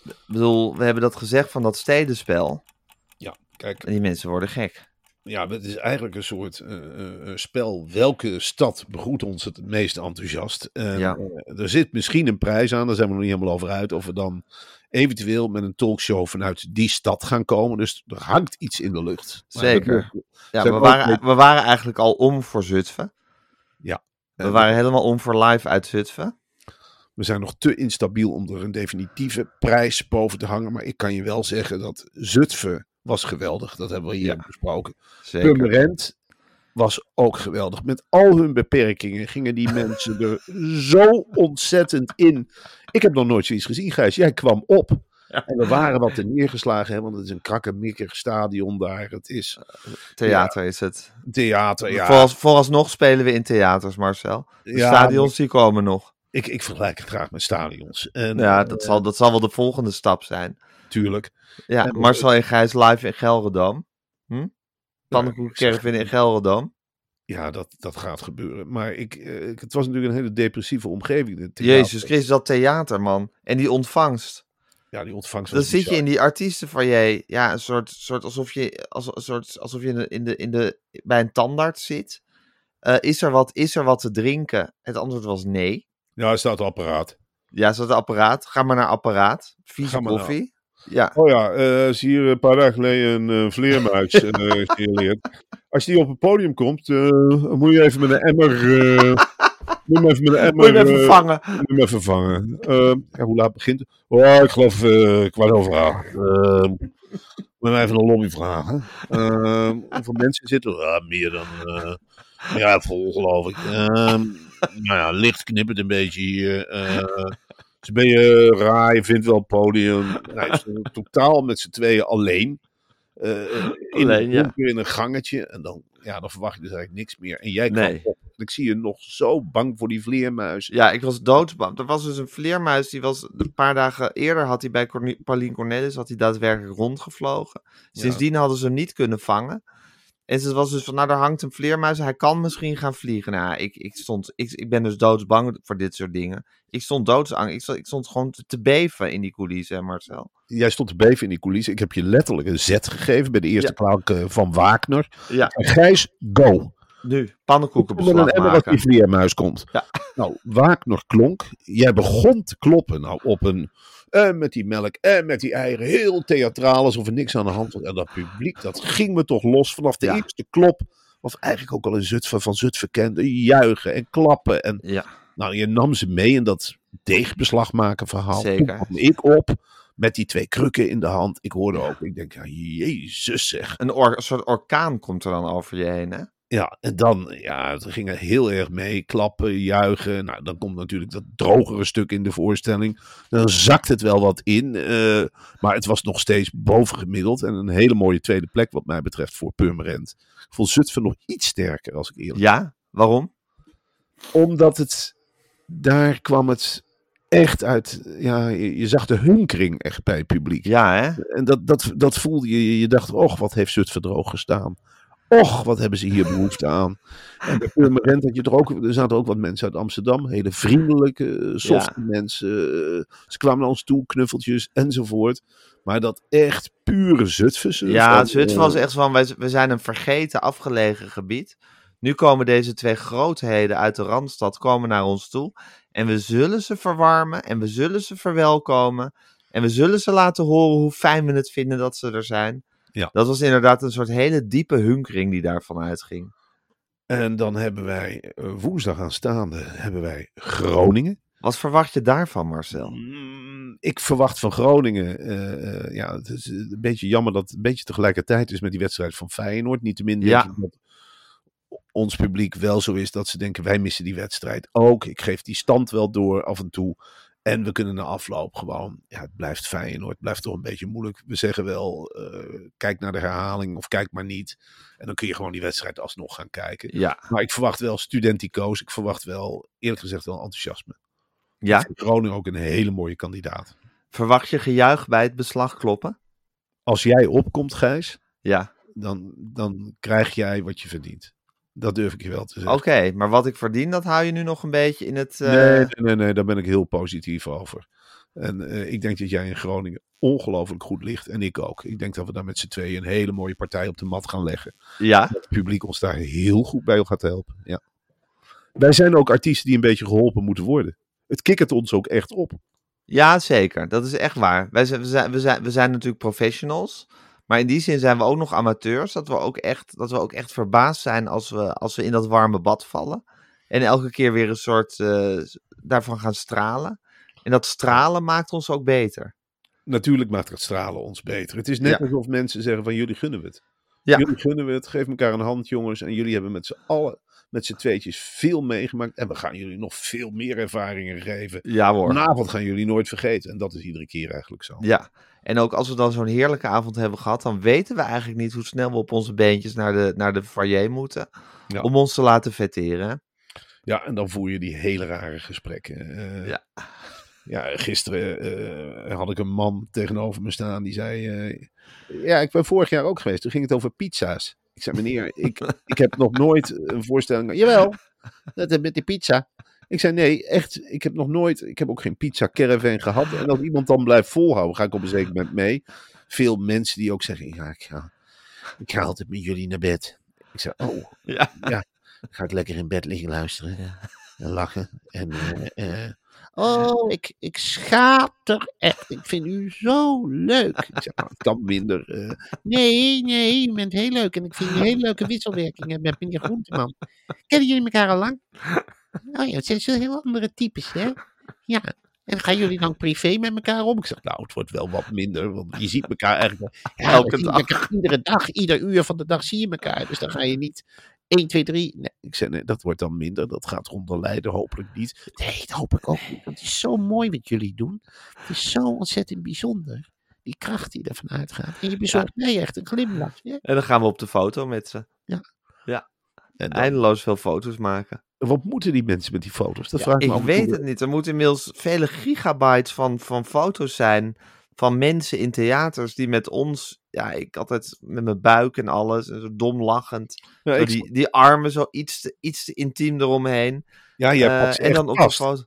Speaker 4: Ik bedoel, we hebben dat gezegd van dat stedenspel.
Speaker 6: Ja, kijk.
Speaker 4: En die mensen worden gek.
Speaker 6: Ja, het is eigenlijk een soort uh, uh, spel. Welke stad begroet ons het meest enthousiast? En,
Speaker 4: Ja.
Speaker 6: uh, er zit misschien een prijs aan, daar zijn we nog niet helemaal over uit. Of we dan eventueel met een talkshow vanuit die stad gaan komen. Dus er hangt iets in de lucht. Maar
Speaker 4: Zeker.
Speaker 6: we-
Speaker 4: Ja,
Speaker 6: zijn
Speaker 4: we
Speaker 6: ook
Speaker 4: waren,
Speaker 6: met-
Speaker 4: we waren eigenlijk al om voor Zutphen.
Speaker 6: Ja.
Speaker 4: We
Speaker 6: En
Speaker 4: waren helemaal om voor live uit Zutphen.
Speaker 6: we zijn nog te instabiel om er een definitieve prijs boven te hangen. Maar ik kan je wel zeggen dat Zutphen was geweldig. Dat hebben we hier
Speaker 4: Ja.
Speaker 6: besproken.
Speaker 4: Zeker.
Speaker 6: Purmerend was ook geweldig. Met al hun beperkingen gingen die mensen er zo ontzettend in. Ik heb nog nooit zoiets gezien, Gijs. Jij kwam op.
Speaker 4: Ja.
Speaker 6: En we waren wat er neergeslagen, hè, want het is een krakkemikkig stadion daar. Het is
Speaker 4: Theater is het.
Speaker 6: theater, ja.
Speaker 4: Voorals, vooralsnog spelen we in theaters, Marcel. De
Speaker 6: Ja,
Speaker 4: stadions die komen nog.
Speaker 6: Ik, ik vergelijk het graag met stadions. En,
Speaker 4: Ja,
Speaker 6: eh,
Speaker 4: dat zal, dat zal wel de volgende stap zijn.
Speaker 6: Tuurlijk.
Speaker 4: Ja,
Speaker 6: En-
Speaker 4: Marcel en Gijs live in Gelredome. Hm?
Speaker 6: ik
Speaker 4: Pannenkoek
Speaker 6: zeg-
Speaker 4: Caravan in Gelredome.
Speaker 6: Ja, dat, dat gaat gebeuren. Maar ik, eh, ik- het was natuurlijk een hele depressieve omgeving. dit theater.
Speaker 4: Jezus Christus, dat theater, man. En die ontvangst.
Speaker 6: Ja, die ontvangst
Speaker 4: Dan
Speaker 6: was
Speaker 4: zit je
Speaker 6: bizar.
Speaker 4: in die artiestenfoyer. Ja, een soort, soort alsof je, als, een soort, alsof je in de, in de, in de, bij een tandarts zit. Eh, is, er wat, is er wat te drinken? Het antwoord was nee.
Speaker 6: Ja, er staat apparaat.
Speaker 4: Ja, is dat een apparaat? Ga maar naar apparaat. Vieze
Speaker 6: Ga maar naar-
Speaker 4: koffie. Ja.
Speaker 6: Oh ja, eh is hier een paar dagen geleden een eh, vleermuis eh gesignaleerd. Als die op het podium komt, eh, dan moet je even met een emmer... eh, moet je hem even met een emmer...
Speaker 4: Moet je hem even
Speaker 6: eh,
Speaker 4: vangen.
Speaker 6: moet je hem even vangen. Eh, ja, hoe laat begint het? Oh, ik geloof eh kwart over acht. Eh, moet je mij even een lobby vragen. Eh, hoeveel mensen zitten er? Ja, meer dan... eh, ja, vol geloof ik. Eh, nou ja, licht knippert een beetje hier. Eh, dus ben je raar, je vindt wel een podium. Nou, je stond totaal met z'n tweeën alleen. Eh, in,
Speaker 4: Alleen, ja.
Speaker 6: donker in een gangetje. En dan, ja, dan verwacht je dus eigenlijk niks meer. En jij kwam
Speaker 4: Nee.
Speaker 6: op. En ik zie je nog zo bang voor die vleermuis.
Speaker 4: Ja, ik was doodsbang. Er was dus een vleermuis, die was een paar dagen eerder, had hij bij Corne- Paulien Cornelis, had hij daadwerkelijk rondgevlogen. Sindsdien hadden ze hem niet kunnen vangen. En ze was dus van, nou, daar hangt een vleermuis, hij kan misschien gaan vliegen. Nou, ja, ik, ik, stond, ik, ik ben dus doodsbang voor dit soort dingen. Ik stond doodsang, ik stond, ik stond gewoon te, te beven in die coulissen, hè, Marcel.
Speaker 6: Jij stond te beven in die coulissen. Ik heb je letterlijk een zet gegeven bij de eerste
Speaker 4: Ja.
Speaker 6: klank eh, van Wagner.
Speaker 4: Ja,
Speaker 6: En Gijs, go.
Speaker 4: nu,
Speaker 6: Met
Speaker 4: pannenkoekenbeslag
Speaker 6: een emmer als die
Speaker 4: maken.
Speaker 6: vleermuis komt.
Speaker 4: Ja.
Speaker 6: Nou, Wagner klonk. Jij begon te kloppen. Nou, op een... En met die melk en met die eieren. Heel theatraal, alsof er niks aan de hand was. En dat publiek, dat ging me toch los vanaf de
Speaker 4: Ja.
Speaker 6: eerste klop. Wat eigenlijk ook al in Zutphen van Zutphen kende. Juichen en klappen. En
Speaker 4: Ja,
Speaker 6: nou, je nam ze mee in dat deegbeslag maken verhaal.
Speaker 4: Zeker.
Speaker 6: Toen kwam ik op met die twee krukken in de hand. Ik hoorde ook, ik denk, ja, jezus zeg.
Speaker 4: een, or- een soort orkaan komt er dan over je heen, hè?
Speaker 6: Ja, en dan, ja, het ging er heel erg mee. Klappen, juichen. Nou, dan komt natuurlijk dat drogere stuk in de voorstelling. Dan zakt het wel wat in. eh, maar het was nog steeds bovengemiddeld. En een hele mooie tweede plek wat mij betreft voor Purmerend. Ik vond Zutphen nog iets sterker, als ik eerlijk ben.
Speaker 4: Ja, waarom?
Speaker 6: Omdat het, daar kwam het echt uit, ja, je, je zag de hunkering echt bij het publiek.
Speaker 4: Ja, hè?
Speaker 6: En dat, dat, dat voelde je, je dacht, och, wat heeft Zutphen droog gestaan. Och, wat hebben ze hier behoefte aan. En bij Purmerend had je er ook, er zaten ook wat mensen uit Amsterdam, hele vriendelijke, softe mensen. eh, Ze kwamen naar ons toe, knuffeltjes enzovoort. Maar dat echt pure Zutphense.
Speaker 4: Ja,
Speaker 6: van,
Speaker 4: Zutphen
Speaker 6: eh,
Speaker 4: was echt van, wij, we zijn een vergeten, afgelegen gebied. Nu komen deze twee grootheden uit de Randstad komen naar ons toe. En we zullen ze verwarmen en we zullen ze verwelkomen. En we zullen ze laten horen hoe fijn we het vinden dat ze er zijn.
Speaker 6: Ja.
Speaker 4: Dat was inderdaad een soort hele diepe hunkering die daarvan uitging.
Speaker 6: En dan hebben wij eh, woensdag aanstaande hebben wij Groningen.
Speaker 4: Wat verwacht je daarvan, Marcel?
Speaker 6: Mm, Ik verwacht van Groningen, eh, eh, ja, het is een beetje jammer dat het een beetje tegelijkertijd is met die wedstrijd van Feyenoord. Niettemin denk
Speaker 4: Ja.
Speaker 6: ik dat ons publiek wel zo is dat ze denken, wij missen die wedstrijd ook. Ik geef die stand wel door af en toe. En we kunnen na afloop gewoon, ja, het blijft Feyenoord, het blijft toch een beetje moeilijk. We zeggen wel, eh, kijk naar de herhaling of kijk maar niet. En dan kun je gewoon die wedstrijd alsnog gaan kijken.
Speaker 4: Ja.
Speaker 6: Maar ik verwacht wel studentico's, ik verwacht wel, eerlijk gezegd wel enthousiasme.
Speaker 4: Ja?
Speaker 6: Ik vind Groningen ook een hele mooie kandidaat.
Speaker 4: Verwacht je gejuich bij het beslag kloppen?
Speaker 6: Als jij opkomt, Gijs,
Speaker 4: Ja.
Speaker 6: dan, dan krijg jij wat je verdient. Dat durf ik je wel te zeggen.
Speaker 4: Oké, maar wat ik verdien, dat hou je nu nog een beetje in het... eh,
Speaker 6: Nee, nee, nee, nee, daar ben ik heel positief over. En uh, ik denk dat jij in Groningen ongelooflijk goed ligt. En ik ook. Ik denk dat we daar met z'n tweeën een hele mooie partij op de mat gaan leggen.
Speaker 4: Ja.
Speaker 6: Dat het publiek ons daar heel goed bij gaat helpen. Ja. Wij zijn ook artiesten die een beetje geholpen moeten worden. Het kikkert ons ook echt op.
Speaker 4: Ja, zeker. Dat is echt waar. Wij zijn, we, zijn, we, zijn, we zijn natuurlijk professionals. Maar in die zin zijn we ook nog amateurs. Dat we ook echt, dat we ook echt verbaasd zijn als we, als we in dat warme bad vallen. En elke keer weer een soort uh, daarvan gaan stralen. En dat stralen maakt ons ook beter.
Speaker 6: Natuurlijk maakt het stralen ons beter. Het is net ja. alsof mensen zeggen van jullie gunnen we het.
Speaker 4: Ja.
Speaker 6: Jullie gunnen we het. Geef elkaar een hand, jongens. En jullie hebben met z'n allen, met z'n tweetjes veel meegemaakt. En we gaan jullie nog veel meer ervaringen geven.
Speaker 4: Ja hoor.
Speaker 6: Vanavond gaan jullie nooit vergeten. En dat is iedere keer eigenlijk zo.
Speaker 4: Ja. En ook als we dan zo'n heerlijke avond hebben gehad, dan weten we eigenlijk niet hoe snel we op onze beentjes naar de, naar de foyer moeten. Ja. Om ons te laten vetteren.
Speaker 6: Ja, en dan voer je die hele rare gesprekken. Uh,
Speaker 4: ja.
Speaker 6: Ja, gisteren uh, had ik een man tegenover me staan die zei... Uh, ja, ik ben vorig jaar ook geweest. Toen ging het over pizza's. Ik zei, meneer, ik, ik heb nog nooit een voorstelling... Jawel, dat met die pizza. Ik zei, nee, echt, ik heb nog nooit... Ik heb ook geen pizza caravan gehad. En als iemand dan blijft volhouden, ga ik op een zeker moment mee. Veel mensen die ook zeggen, ja, ik ga, ik ga altijd met jullie naar bed. Ik zei, oh, ja, ja ga ik lekker in bed liggen luisteren. Ja. En lachen. En... Uh, uh, Oh, ik, ik schater echt. Ik vind u zo leuk. Ik zeg, nou, het kan minder. Uh... Nee, nee, u bent heel leuk. En ik vind u een hele leuke wisselwerking met meneer Groenteman. Kennen jullie elkaar al lang? Oh ja, het zijn zo heel andere types, hè? Ja. En gaan jullie dan privé met elkaar om? Ik zeg, nou, het wordt wel wat minder. Want je ziet elkaar eigenlijk... Ja, elke dag. Elkaar, iedere dag, ieder uur van de dag zie je elkaar. Dus dan ga je niet... één, twee, drie. Nee, ik zei, nee, dat wordt dan minder. Dat gaat Ronda Leider hopelijk niet. Nee, dat hoop ik ook niet. Want het is zo mooi wat jullie doen. Het is zo ontzettend bijzonder. Die kracht die ervan uitgaat. En je bezorgt ja. mij echt een glimlach. Ja?
Speaker 4: En dan gaan we op de foto met ze.
Speaker 6: Ja.
Speaker 4: Ja. En dan... eindeloos veel foto's maken.
Speaker 6: Wat moeten die mensen met die foto's? Dat
Speaker 4: ja,
Speaker 6: vraag ik
Speaker 4: ik
Speaker 6: me
Speaker 4: weet het niet. Er moeten inmiddels vele gigabytes van, van foto's zijn... van mensen in theaters die met ons... Ja, ik altijd met mijn buik en alles. En zo dom lachend. Ja, zo die, die armen zo iets te, iets te intiem eromheen.
Speaker 6: Ja, jij pakt
Speaker 4: uh, En dan op de foto.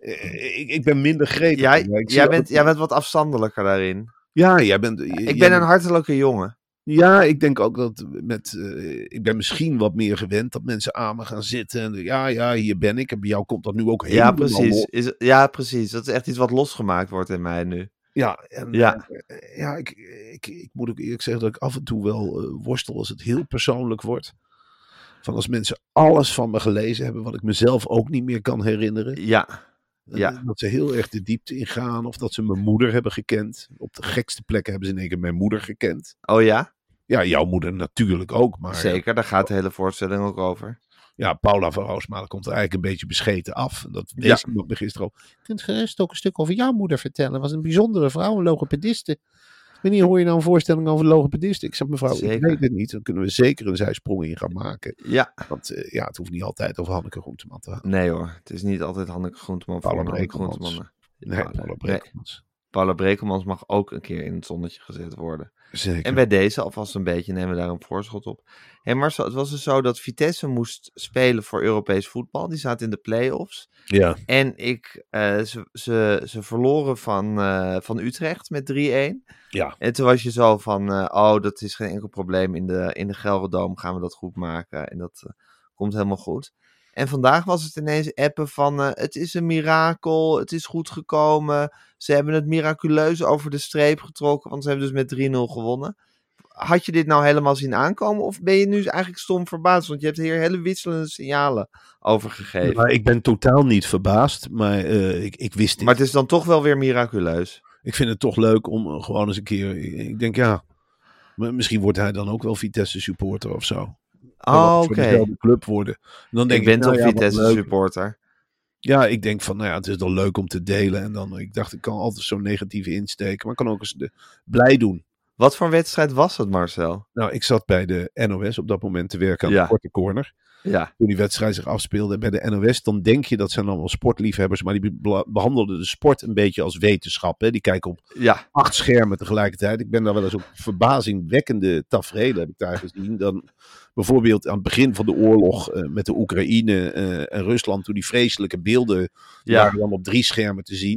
Speaker 6: Ik, ik ben minder gretig.
Speaker 4: Jij, jij, bent, jij bent wat afstandelijker daarin.
Speaker 6: Ja, jij bent...
Speaker 4: Ik jij ben een hartelijke jongen.
Speaker 6: Ja, ik denk ook dat met... Uh, ik ben misschien wat meer gewend dat mensen aan me gaan zitten. En ja, ja, hier ben ik. En bij jou komt dat nu ook helemaal
Speaker 4: ja, precies. Is, ja, precies. Dat is echt iets wat losgemaakt wordt in mij nu.
Speaker 6: Ja, en, ja. Uh, ja ik, ik, ik moet ook eerlijk zeggen dat ik af en toe wel uh, worstel als het heel persoonlijk wordt. Van als mensen alles van me gelezen hebben wat ik mezelf ook niet meer kan herinneren.
Speaker 4: Ja. Ja.
Speaker 6: Dat ze heel erg de diepte ingaan of dat ze mijn moeder hebben gekend. Op de gekste plekken hebben ze in één keer mijn moeder gekend.
Speaker 4: Oh ja?
Speaker 6: Ja, jouw moeder natuurlijk ook. Maar,
Speaker 4: zeker, daar gaat de hele voorstelling ook over.
Speaker 6: Ja, Paula van Roosmalen komt er eigenlijk een beetje bescheten af. Dat deed ja. iemand me gisteren ook. Je kunt gerust ook een stuk over jouw moeder vertellen. Het was een bijzondere vrouw, een logopediste. Wanneer hoor je nou een voorstelling over logopedisten? Ik zeg, mevrouw, zeker. Ik weet het niet. Dan kunnen we zeker een zijsprong in gaan maken.
Speaker 4: Ja.
Speaker 6: Want uh, ja, het hoeft niet altijd over Hanneke Groenteman te gaan.
Speaker 4: Nee hoor, het is niet altijd Hanneke Groenteman.
Speaker 6: Paula Brekelmans. Nee,
Speaker 4: Paula,
Speaker 6: Paula Brekelmans.
Speaker 4: Nee. Paula Brekelmans mag ook een keer in het zonnetje gezet worden.
Speaker 6: Zeker.
Speaker 4: En bij deze alvast een beetje nemen we daar een voorschot op. Hé hey Marcel, het was dus zo dat Vitesse moest spelen voor Europees voetbal. Die zaten in de play-offs.
Speaker 6: Ja.
Speaker 4: En ik, uh, ze, ze, ze verloren van, uh, van Utrecht met drie-een.
Speaker 6: Ja.
Speaker 4: En toen was je zo van, uh, oh, dat is geen enkel probleem. In de, in de Gelredome gaan we dat goed maken. En dat uh, komt helemaal goed. En vandaag was het ineens appen van, uh, het is een mirakel, het is goed gekomen. Ze hebben het miraculeus over de streep getrokken, want ze hebben dus met drie-nul gewonnen. Had je dit nou helemaal zien aankomen of ben je nu eigenlijk stom verbaasd? Want je hebt hier hele wisselende signalen over gegeven.
Speaker 6: Maar ik ben totaal niet verbaasd, maar uh, ik, ik wist dit.
Speaker 4: Maar het is dan toch wel weer miraculeus.
Speaker 6: Ik vind het toch leuk om gewoon eens een keer, ik, ik denk ja, misschien wordt hij dan ook wel Vitesse supporter of zo.
Speaker 4: Oh, oké.
Speaker 6: Okay. dezelfde club worden. Dan denk
Speaker 4: ik ben
Speaker 6: ik, nou,
Speaker 4: toch
Speaker 6: ja,
Speaker 4: Vitesse supporter.
Speaker 6: Ja, ik denk van, nou ja, het is wel leuk om te delen. En dan, ik dacht, ik kan altijd zo'n negatieve insteken. Maar ik kan ook eens de, blij doen.
Speaker 4: Wat voor wedstrijd was het, Marcel?
Speaker 6: Nou, ik zat bij de N O S op dat moment te werken aan
Speaker 4: ja.
Speaker 6: de korte corner.
Speaker 4: Ja.
Speaker 6: Toen die wedstrijd zich afspeelde bij de N O S, dan denk je dat zijn allemaal sportliefhebbers. Maar die be- behandelden de sport een beetje als wetenschap. Hè? Die kijken op
Speaker 4: ja.
Speaker 6: acht schermen tegelijkertijd. Ik ben daar wel eens op verbazingwekkende tafereelen heb ik daar gezien. Dan bijvoorbeeld aan het begin van de oorlog uh, met de Oekraïne uh, en Rusland. Toen die vreselijke beelden ja. waren dan op drie schermen te zien.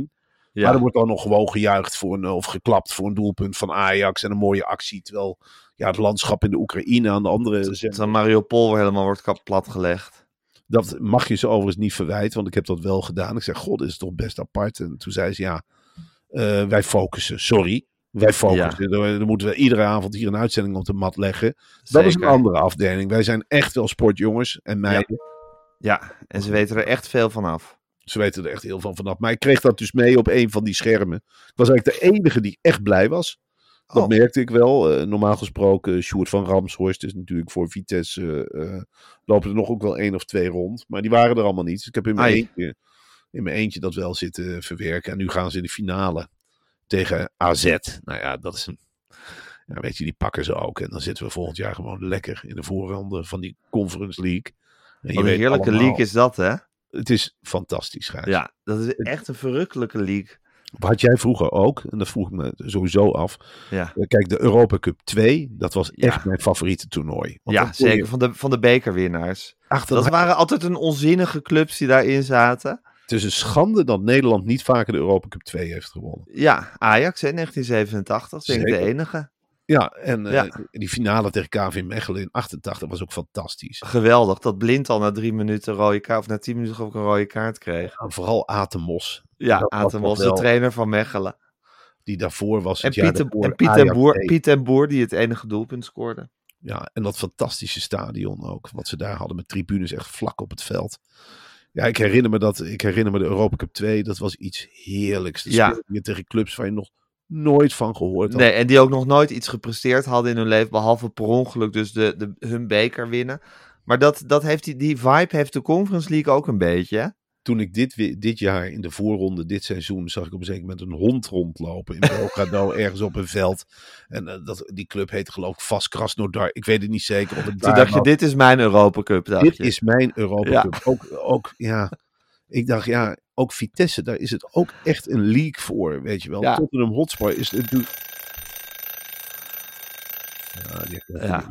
Speaker 4: Ja.
Speaker 6: Maar er wordt dan nog gewoon gejuicht voor een, of geklapt voor een doelpunt van Ajax en een mooie actie. Terwijl ja, het landschap in de Oekraïne aan de andere zender.
Speaker 4: Dat Mariupol weer helemaal wordt kap- platgelegd.
Speaker 6: Dat mag je ze overigens niet verwijten, want ik heb dat wel gedaan. Ik zeg, god, dit is toch best apart. En toen zei ze, ja, uh, wij focussen. Sorry, wij focussen. Ja. Dan, dan moeten we iedere avond hier een uitzending op de mat leggen. Zeker. Dat is een andere afdeling. Wij zijn echt wel sportjongens en meiden.
Speaker 4: Ja. ja, en ze weten er echt veel van af.
Speaker 6: Ze weten er echt heel veel vanaf. Maar ik kreeg dat dus mee op een van die schermen. Ik was eigenlijk de enige die echt blij was. Dat oh. merkte ik wel. Uh, normaal gesproken, Sjoerd van Ramshorst is natuurlijk voor Vitesse. Uh, uh, lopen er nog ook wel één of twee rond. Maar die waren er allemaal niet. Dus ik heb in mijn, eentje, in mijn eentje dat wel zitten verwerken. En nu gaan ze in de finale tegen A Z. Nou ja, dat is een... Ja, weet je, die pakken ze ook. En dan zitten we volgend jaar gewoon lekker in de voorronde van die Conference League. En
Speaker 4: Wat een heerlijke allemaal, league is dat, hè?
Speaker 6: Het is fantastisch, Gijs.
Speaker 4: Ja, dat is echt een verrukkelijke league.
Speaker 6: Had jij vroeger ook, en dat vroeg ik me sowieso af.
Speaker 4: Ja.
Speaker 6: Kijk, de Europa Cup twee, dat was echt ja. mijn favoriete toernooi.
Speaker 4: Want ja, zeker. Je... Van, de, van de bekerwinnaars. Ach, dat dat waren altijd een onzinnige clubs die daarin zaten.
Speaker 6: Het is een schande dat Nederland niet vaker de Europa Cup twee heeft gewonnen.
Speaker 4: Ja, Ajax in negentien zevenentachtig, denk ik de enige.
Speaker 6: Ja, en ja. Uh, die finale tegen K V Mechelen in achtentachtig was ook fantastisch.
Speaker 4: Geweldig, dat Blind al na drie minuten rode kaart, of na tien minuten ook een rode kaart kreeg.
Speaker 6: Ja, vooral Atemos.
Speaker 4: Ja, Atemos, de trainer van Mechelen.
Speaker 6: Die daarvoor was
Speaker 4: het en jaar Piet, daarvoor. En Piet en, Boer, Piet en Boer, die het enige doelpunt scoorde.
Speaker 6: Ja, en dat fantastische stadion ook, wat ze daar hadden met tribunes echt vlak op het veld. Ja, ik herinner me dat, ik herinner me de Europa Cup twee, dat was iets heerlijks. Dat
Speaker 4: ja.
Speaker 6: je tegen clubs waar je nog nooit van gehoord had.
Speaker 4: Nee, en die ook nog nooit iets gepresteerd hadden in hun leven, behalve per ongeluk dus de, de, hun beker winnen. Maar dat, dat heeft die, die vibe heeft de Conference League ook een beetje, hè?
Speaker 6: Toen ik dit, dit jaar in de voorronde, dit seizoen, zag ik op een zeker moment een hond rondlopen in Belgrado, ergens op een veld. En uh, dat, die club heet geloof ik Vas Krasnodar. Ik weet het niet zeker. Of het
Speaker 4: Toen dacht je, dit is mijn Europa Cup.
Speaker 6: Dit
Speaker 4: je.
Speaker 6: is mijn Europa ja. Cup. Ook, ook, ja, ik dacht, ja, ook Vitesse, daar is het ook echt een league voor, weet je wel. Ja. Tottenham Hotspur is het natuurlijk...
Speaker 4: Ja, die ja.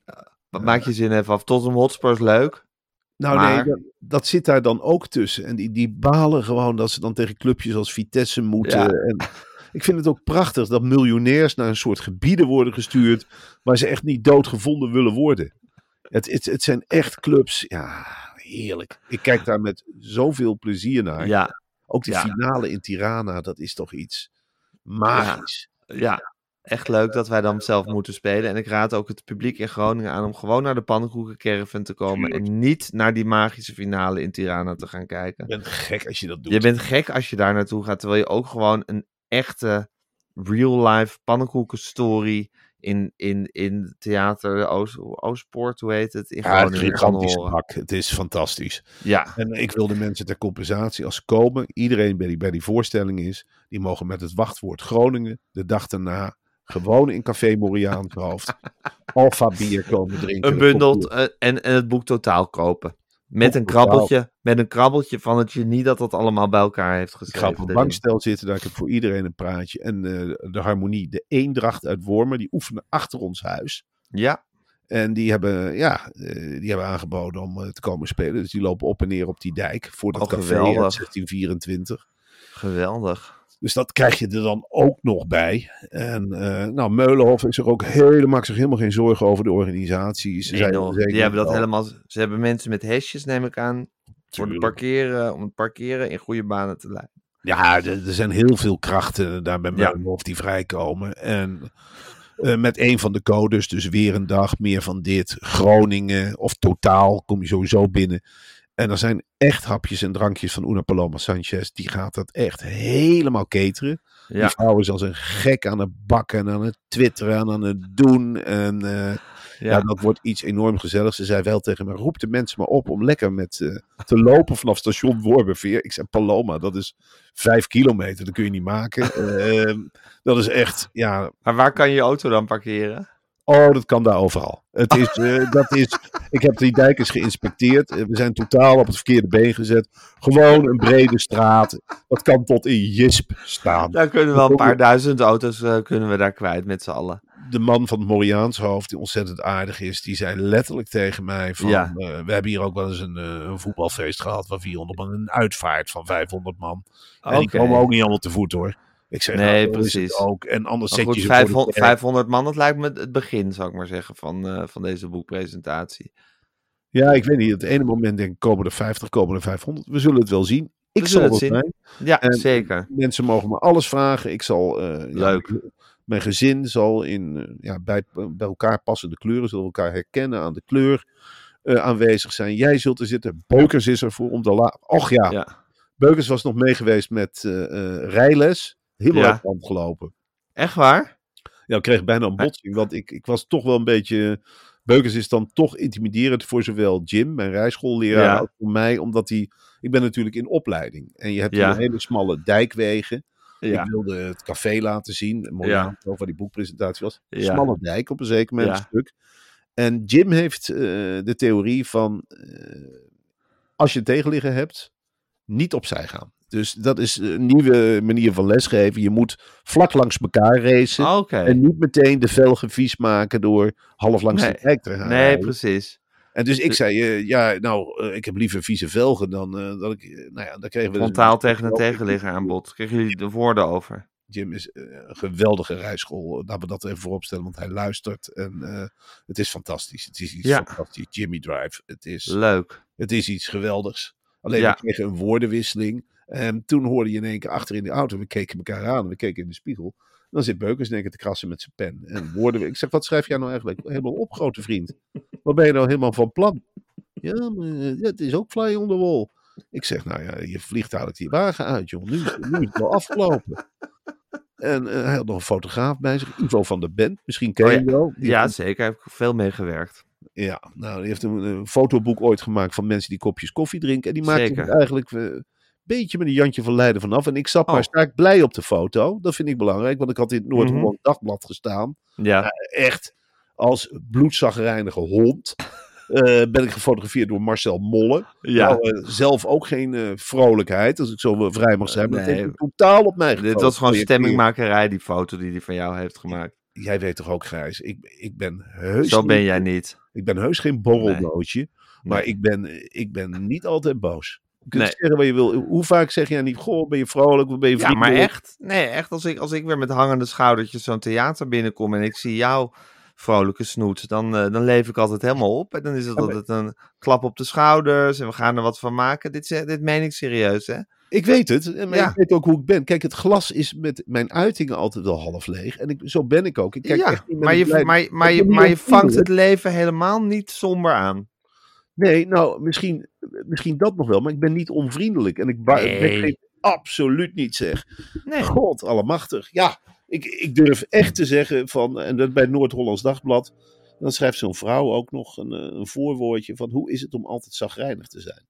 Speaker 4: Wat maak je zin even af? Tottenham Hotspur is leuk.
Speaker 6: Nou maar... nee, dat, dat zit daar dan ook tussen. En die, die balen gewoon dat ze dan tegen clubjes als Vitesse moeten. Ja. En ik vind het ook prachtig dat miljonairs naar een soort gebieden worden gestuurd waar ze echt niet doodgevonden willen worden. Het, het, het zijn echt clubs, ja, heerlijk. Ik kijk daar met zoveel plezier naar.
Speaker 4: Ja.
Speaker 6: Ook de
Speaker 4: ja.
Speaker 6: finale in Tirana, dat is toch iets magisch.
Speaker 4: Ja. ja. Echt leuk dat wij dan zelf moeten spelen. En ik raad ook het publiek in Groningen aan om gewoon naar de Pannenkoekencaravan te komen. En niet naar die magische finale in Tirana te gaan kijken.
Speaker 6: Je bent gek als je dat doet.
Speaker 4: Je bent gek als je daar naartoe gaat. Terwijl je ook gewoon een echte real-life pannenkoekenstory in, in, in theater Oost, Oostpoort, hoe heet het? In
Speaker 6: ja, het gigantische bak. Het is fantastisch.
Speaker 4: Ja.
Speaker 6: En ik wil de mensen ter compensatie, als ze komen, iedereen bij die, bij die voorstelling is, die mogen met het wachtwoord Groningen de dag daarna gewoon in Café Moriaan hoofd Alfa bier komen drinken.
Speaker 4: Een bundeld uh, en, en het boek totaal kopen. Met een, krabbeltje, met een krabbeltje van het genie dat dat allemaal bij elkaar heeft geschreven.
Speaker 6: Ik ga op een bankstel zitten, daar ik heb voor iedereen een praatje. En uh, de harmonie, de Eendracht uit Wormer, die oefenen achter ons huis.
Speaker 4: Ja.
Speaker 6: En die hebben, ja, uh, die hebben aangeboden om uh, te komen spelen. Dus die lopen op en neer op die dijk voor dat
Speaker 4: oh,
Speaker 6: café uit zestien vierentwintig.
Speaker 4: Geweldig.
Speaker 6: Dus dat krijg je er dan ook nog bij. En uh, nou, Meulenhof is er ook helemaal, maakt zich helemaal geen zorgen over de organisatie. Ze
Speaker 4: nee,
Speaker 6: zijn
Speaker 4: no, die hebben dat al. helemaal. Ze hebben mensen met hesjes, neem ik aan, voor het parkeren, om het parkeren in goede banen te leiden.
Speaker 6: Ja, er, er zijn heel veel krachten daar bij Meulenhof ja. die vrijkomen. En uh, met een van de codes, dus weer een dag, meer van dit, Groningen of Totaal, kom je sowieso binnen. En er zijn echt hapjes en drankjes van Una Paloma Sanchez. Die gaat dat echt helemaal cateren. Ja. Die vrouw is als een gek aan het bakken en aan het twitteren en aan het doen. En uh, ja. ja, dat wordt iets enorm gezelligs. Ze zei wel tegen me, roep de mensen maar op om lekker met uh, te lopen vanaf station Wormerveer. Ik zei, Paloma, dat is vijf kilometer. Dat kun je niet maken. Uh, dat is echt, ja.
Speaker 4: Maar waar kan je je auto dan parkeren?
Speaker 6: Oh, dat kan daar overal. Het is, uh, dat is, ik heb die dijk eens geïnspecteerd. We zijn totaal op het verkeerde been gezet. Gewoon een brede straat. Dat kan tot in Jisp staan.
Speaker 4: Daar kunnen we wel een paar duizend auto's uh, kunnen we daar kwijt met z'n allen.
Speaker 6: de man van het Moriaanshoofd, die ontzettend aardig is, die zei letterlijk tegen mij van,
Speaker 4: Ja.
Speaker 6: uh, we hebben hier ook wel eens een, uh, een voetbalfeest gehad van vierhonderd man, een uitvaart van vijfhonderd man. En die
Speaker 4: Oké.
Speaker 6: komen ook niet allemaal te voet hoor. Ik zeg,
Speaker 4: Nee,
Speaker 6: nou, dat is het
Speaker 4: precies.
Speaker 6: ook. En anders
Speaker 4: Maar
Speaker 6: zet
Speaker 4: goed,
Speaker 6: je ze
Speaker 4: vijfhonderd,
Speaker 6: voor de kerk.
Speaker 4: vijfhonderd man, dat lijkt me het begin, zou ik maar zeggen, van, uh, van deze boekpresentatie.
Speaker 6: Ja, ik weet niet. Op het ene moment denk ik, komen er vijftig, komen er vijfhonderd. We zullen het wel zien. Ik
Speaker 4: We
Speaker 6: zal
Speaker 4: zullen
Speaker 6: het
Speaker 4: het zien.
Speaker 6: zijn.
Speaker 4: Ja,
Speaker 6: En
Speaker 4: zeker.
Speaker 6: Mensen mogen me alles vragen. Ik zal... Uh,
Speaker 4: Leuk.
Speaker 6: Ja, mijn gezin zal in uh, ja, bij, bij elkaar passende kleuren, zullen we elkaar herkennen aan de kleur uh, aanwezig zijn. Jij zult er zitten. Beukers is er voor om de la... Och ja.
Speaker 4: Ja.
Speaker 6: Beukers was nog meegeweest met uh, uh, rijles. Helemaal
Speaker 4: Ja.
Speaker 6: uit de hand gelopen.
Speaker 4: Echt waar?
Speaker 6: Ja, ik kreeg bijna een botsing. Want ik, ik was toch wel een beetje... Beukers is dan toch intimiderend voor zowel Jim, mijn rijschoolleraar,
Speaker 4: Ja.
Speaker 6: als voor mij. Omdat hij... Ik ben natuurlijk in opleiding. En je hebt
Speaker 4: Ja.
Speaker 6: hier hele smalle dijkwegen.
Speaker 4: Ja.
Speaker 6: Ik wilde het café laten zien. Een mooie
Speaker 4: Ja.
Speaker 6: aantal waar die boekpresentatie was.
Speaker 4: Ja.
Speaker 6: Smalle dijk op een zeker moment
Speaker 4: Ja.
Speaker 6: een stuk. En Jim heeft uh, de theorie van... Uh, als je een tegenligger hebt, niet opzij gaan. Dus dat is een nieuwe manier van lesgeven. Je moet vlak langs elkaar racen.
Speaker 4: Oké. Okay.
Speaker 6: En niet meteen de velgen vies maken door half langs
Speaker 4: Nee.
Speaker 6: de dijk te gaan
Speaker 4: Nee,
Speaker 6: rijden.
Speaker 4: precies.
Speaker 6: En dus ik zei, uh, ja, nou, uh, ik heb liever vieze velgen dan uh, dat ik... Uh, nou ja, dan kregen we...
Speaker 4: Frontaal
Speaker 6: dus,
Speaker 4: tegen een tegenligger aan bod. Kregen jullie de woorden over?
Speaker 6: Jim is uh, een geweldige rijschool. Laten we dat even vooropstellen, want hij luistert. En uh, het is fantastisch. Het is iets
Speaker 4: Ja.
Speaker 6: fantastisch. Jimmy Drive. Het is,
Speaker 4: Leuk.
Speaker 6: het is iets geweldigs. Alleen
Speaker 4: Ja.
Speaker 6: we kregen een woordenwisseling. En toen hoorde je in één keer achter in de auto. We keken elkaar aan. We keken in de spiegel. Dan zit Beukers in één keer te krassen met zijn pen. En woorden. Ik zeg, wat schrijf jij nou eigenlijk? Helemaal op, grote vriend. Wat ben je nou helemaal van plan? Ja, maar uh, het is ook fly on the wall. Ik zeg, nou ja, je vliegt eigenlijk die wagen uit, joh. Nu is, nu is het wel afgelopen. En uh, hij had nog een fotograaf bij zich, Ivo van der Bent. Misschien ken je
Speaker 4: Oh
Speaker 6: hem wel. Die
Speaker 4: Ja,
Speaker 6: heeft
Speaker 4: zeker. Daar heb ik veel mee gewerkt.
Speaker 6: een, ja, nou, die heeft een, een fotoboek ooit gemaakt van mensen die kopjes koffie drinken. En die maakte
Speaker 4: Zeker.
Speaker 6: het eigenlijk uh, een beetje met een Jantje van Leiden vanaf. En ik zat
Speaker 4: Oh.
Speaker 6: maar sta ik blij op de foto. Dat vind ik belangrijk, want ik had in het Noord-Holland
Speaker 4: Mhm.
Speaker 6: Dagblad gestaan.
Speaker 4: Ja.
Speaker 6: Uh, echt als bloedzagrijnige hond. Uh, ben ik gefotografeerd door Marcel Molle.
Speaker 4: Ja.
Speaker 6: Nou, uh, zelf ook geen uh, vrolijkheid, als ik zo uh, vrij mag zijn. Maar
Speaker 4: Nee.
Speaker 6: dat heeft hij totaal op mij
Speaker 4: Dit
Speaker 6: gefotografeerd.
Speaker 4: was gewoon stemmingmakerij, die foto die hij van jou heeft gemaakt.
Speaker 6: Jij weet toch ook, Gijs, ik, ik ben heus
Speaker 4: Zo ben
Speaker 6: niet-
Speaker 4: jij niet.
Speaker 6: Ik ben heus geen borrelnootje, maar
Speaker 4: Nee.
Speaker 6: ik ben, ik ben niet altijd boos. Je kunt
Speaker 4: Nee.
Speaker 6: zeggen wat je wil. Hoe vaak zeg jij niet, goh, ben je vrolijk, ben je
Speaker 4: Ja,
Speaker 6: vriendelijk?
Speaker 4: maar echt. Nee, echt. Als ik, als ik weer met hangende schoudertjes zo'n theater binnenkom en ik zie jou vrolijke snoet, dan, uh, dan leef ik altijd helemaal op. En dan is het
Speaker 6: Ja, maar-
Speaker 4: altijd een klap op de schouders en we gaan er wat van maken. Dit, is- dit meen ik serieus, hè?
Speaker 6: Ik weet het, en maar
Speaker 4: Ja.
Speaker 6: ik weet ook hoe ik ben. Kijk, het glas is met mijn uitingen altijd wel half leeg. En ik, zo ben ik ook. Ik kijk
Speaker 4: Ja,
Speaker 6: echt niet met
Speaker 4: maar
Speaker 6: een
Speaker 4: je,
Speaker 6: blij-
Speaker 4: maar, maar,
Speaker 6: ik
Speaker 4: je,
Speaker 6: ben niet
Speaker 4: maar je vangt
Speaker 6: onvriendelijk.
Speaker 4: het leven helemaal niet somber aan.
Speaker 6: Nee, nou, misschien, misschien dat nog wel, maar ik ben niet onvriendelijk. En ik ba-
Speaker 4: Nee.
Speaker 6: ik geef absoluut niet zeg.
Speaker 4: Nee.
Speaker 6: God allemachtig. Ja, ik, ik durf echt te zeggen van, en dat bij het Noord-Hollands Dagblad, dan schrijft zo'n vrouw ook nog een, eh, een voorwoordje van hoe is het om altijd chagrijnig te zijn.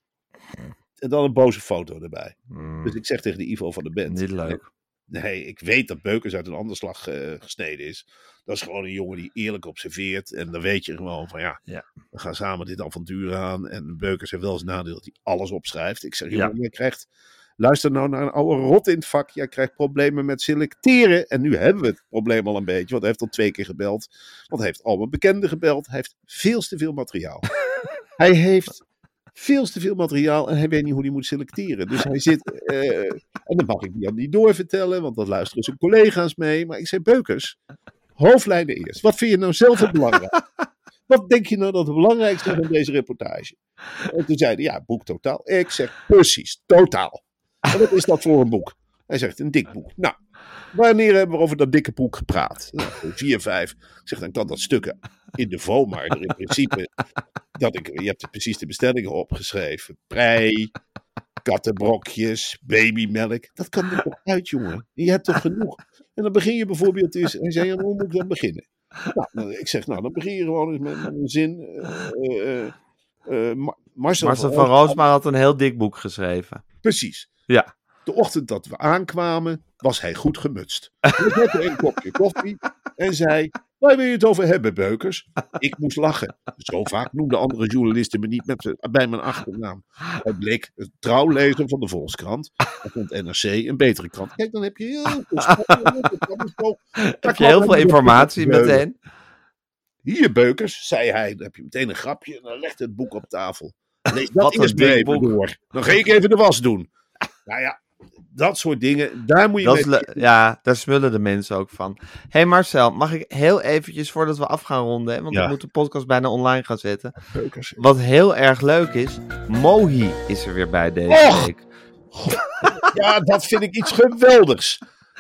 Speaker 6: En dan een boze foto erbij.
Speaker 4: Hmm,
Speaker 6: Dus ik zeg tegen de Ivo van de band.
Speaker 4: niet leuk.
Speaker 6: Nee, ik weet dat Beukers uit een ander slag eh, gesneden is. Dat is gewoon een jongen die eerlijk observeert. En dan weet je gewoon van ja,
Speaker 4: Ja.
Speaker 6: we gaan samen dit avontuur aan. En Beukers heeft wel eens nadeel dat hij alles opschrijft. Ik zeg,
Speaker 4: Ja.
Speaker 6: jongen, jij krijgt... Luister nou naar een oude rot in het vak. Jij krijgt problemen met selecteren. En nu hebben we het probleem al een beetje. Want hij heeft al twee keer gebeld. Want hij heeft al mijn bekenden gebeld. Hij heeft veel te veel materiaal. Hij heeft veel te veel materiaal. En hij weet niet hoe hij moet selecteren. Dus hij zit... eh, en dan mag ik die aan die doorvertellen. Want dan luisteren zijn collega's mee. Maar ik zei, Beukers, hoofdlijnen eerst. Wat vind je nou zelf het belangrijk? Wat denk je nou dat het belangrijkste is van deze reportage? En toen zei hij, ja, boek totaal. Ik zeg, precies, totaal. En wat is dat voor een boek? Hij zegt, een dik boek. Nou, wanneer hebben we over dat dikke boek gepraat? Nou, vier, vijf. Ik zeg, dan kan dat stukken in de Vomar er in principe... Dat ik, je hebt precies de bestellingen opgeschreven. Prei, kattenbrokjes, babymelk. Dat kan er toch uit, jongen? Je hebt toch genoeg? En dan begin je bijvoorbeeld eens... Hij zei, ja, hoe moet ik dan beginnen? Nou, ik zeg, nou, dan begin je gewoon eens met, met een zin... Uh, uh, uh, Ma- Marcel,
Speaker 4: Marcel van Roosmalen had een heel dik boek geschreven.
Speaker 6: Precies.
Speaker 4: Ja.
Speaker 6: De ochtend dat we aankwamen, was hij goed gemutst. Hij zette een kopje koffie en zei... Waar wil je het over hebben, Beukers? Ik moest lachen. Zo vaak noemden andere journalisten me niet met, bij mijn achternaam. Het bleek een trouwlezer van de Volkskrant. Dan vond N R C een betere krant. Kijk, dan heb je heel veel,
Speaker 4: heb je heel veel informatie meteen.
Speaker 6: Hier, Beukers, zei hij. Dan heb je meteen een grapje en dan legt het boek op tafel. Lees dat
Speaker 4: Wat een
Speaker 6: eerst
Speaker 4: dik
Speaker 6: even
Speaker 4: boek.
Speaker 6: door. Dan ga ik even de was doen. Nou ja, dat soort dingen, daar moet je
Speaker 4: Dat is
Speaker 6: mee...
Speaker 4: le- ja, daar smullen de mensen ook van. Hé hey Marcel, mag ik heel eventjes voordat we af gaan ronden, hè, want
Speaker 6: Ja.
Speaker 4: ik moet de podcast bijna online gaan zetten.
Speaker 6: Beukers.
Speaker 4: Wat heel erg leuk is, Mohi is er weer bij deze
Speaker 6: Och!
Speaker 4: week.
Speaker 6: Ja, dat vind ik iets geweldigs.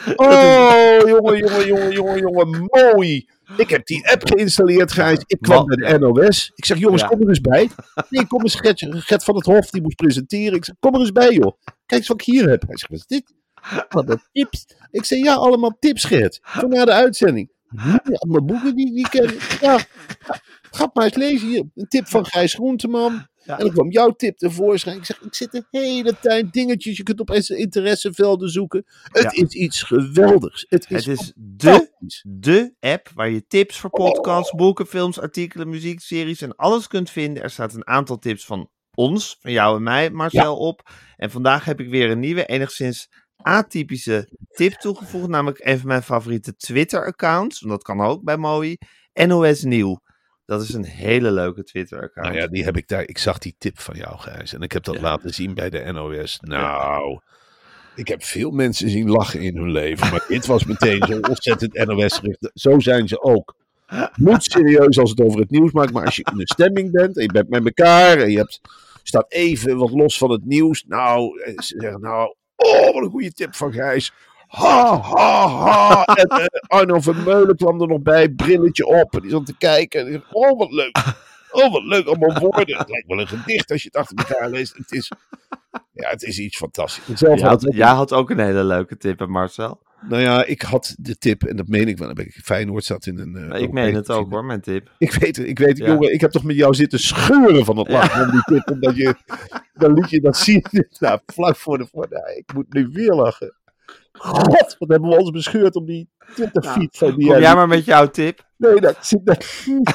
Speaker 6: Oh, jongen, jongen, jongen, jongen, jongen, mooi. Ik heb die app geïnstalleerd, Gijs. Ik kwam
Speaker 4: Wat?
Speaker 6: bij de N O S. Ik zeg, jongens,
Speaker 4: Ja.
Speaker 6: kom er eens bij. Nee, kom eens, Gert, Gert van het Hof, die moest presenteren. Ik zeg, kom er eens bij, joh. Kijk eens wat ik hier heb. Hij zegt, wat is dit? Wat een tips. Ik zeg, ja, allemaal tips, Gert. Voor na de uitzending. Ja, allemaal boeken die die ken. Ja, ga maar eens lezen hier. Een tip van Gijs Groenteman.
Speaker 4: Ja.
Speaker 6: En dan kwam jouw tip tevoorschijn. Ik zeg, ik zit de hele tijd dingetjes. Je kunt op interessevelden zoeken. Het
Speaker 4: Ja.
Speaker 6: is iets geweldigs. Het is,
Speaker 4: Het is de, de app waar je tips voor podcasts, boeken, films, artikelen, muziek, series en alles kunt vinden. Er staat een aantal tips van ons, van jou en mij, Marcel, op. En vandaag heb ik weer een nieuwe, enigszins atypische tip toegevoegd. Namelijk een van mijn favoriete Twitter-accounts. Want dat kan ook bij Mooi. N O S Nieuw. Dat is een hele leuke Twitter-account.
Speaker 6: Nou ja, die heb ik daar. Ik zag die tip van jou, Gijs. En ik heb dat
Speaker 4: Ja.
Speaker 6: laten zien bij de N O S. Nou, ik heb veel mensen zien lachen in hun leven. Maar dit was meteen zo ontzettend N O S-gericht. Zo zijn ze ook. Moet serieus als het over het nieuws maakt. Maar als je in een stemming bent en je bent met elkaar. En je hebt, staat even wat los van het nieuws. Nou, ze zeggen nou. Oh, wat een goede tip van Gijs. Ha, ha, ha. En uh, Arno Vermeulen kwam er nog bij. Brilletje op. En die zat te kijken. En die zei, oh, wat leuk. Oh, wat leuk. Allemaal woorden. Het lijkt wel een gedicht als je het achter elkaar leest. Het is, ja, het is iets fantastisch. Ik zelf
Speaker 4: Jij
Speaker 6: had
Speaker 4: had,
Speaker 6: ook-
Speaker 4: jij had ook een hele leuke tip, hè, Marcel?
Speaker 6: Nou ja, ik had de tip. En dat meen ik wel. Dan ben ik, Feyenoord zat in een... uh,
Speaker 4: Ik
Speaker 6: Europese
Speaker 4: meen het ook
Speaker 6: finale.
Speaker 4: hoor, mijn tip.
Speaker 6: Ik weet het, ik weet het,
Speaker 4: Ja.
Speaker 6: jongen. Ik heb toch met jou zitten scheuren van het lachen om die tip. Omdat je, dan liet je dat zien. Nou, vlak voor de... Voor, nou, ik moet nu weer lachen. God, wat hebben we ons bescheurd om die Twitter-feed van die...
Speaker 4: Kom jij maar met jouw tip.
Speaker 6: Nee, dat zit... Dat,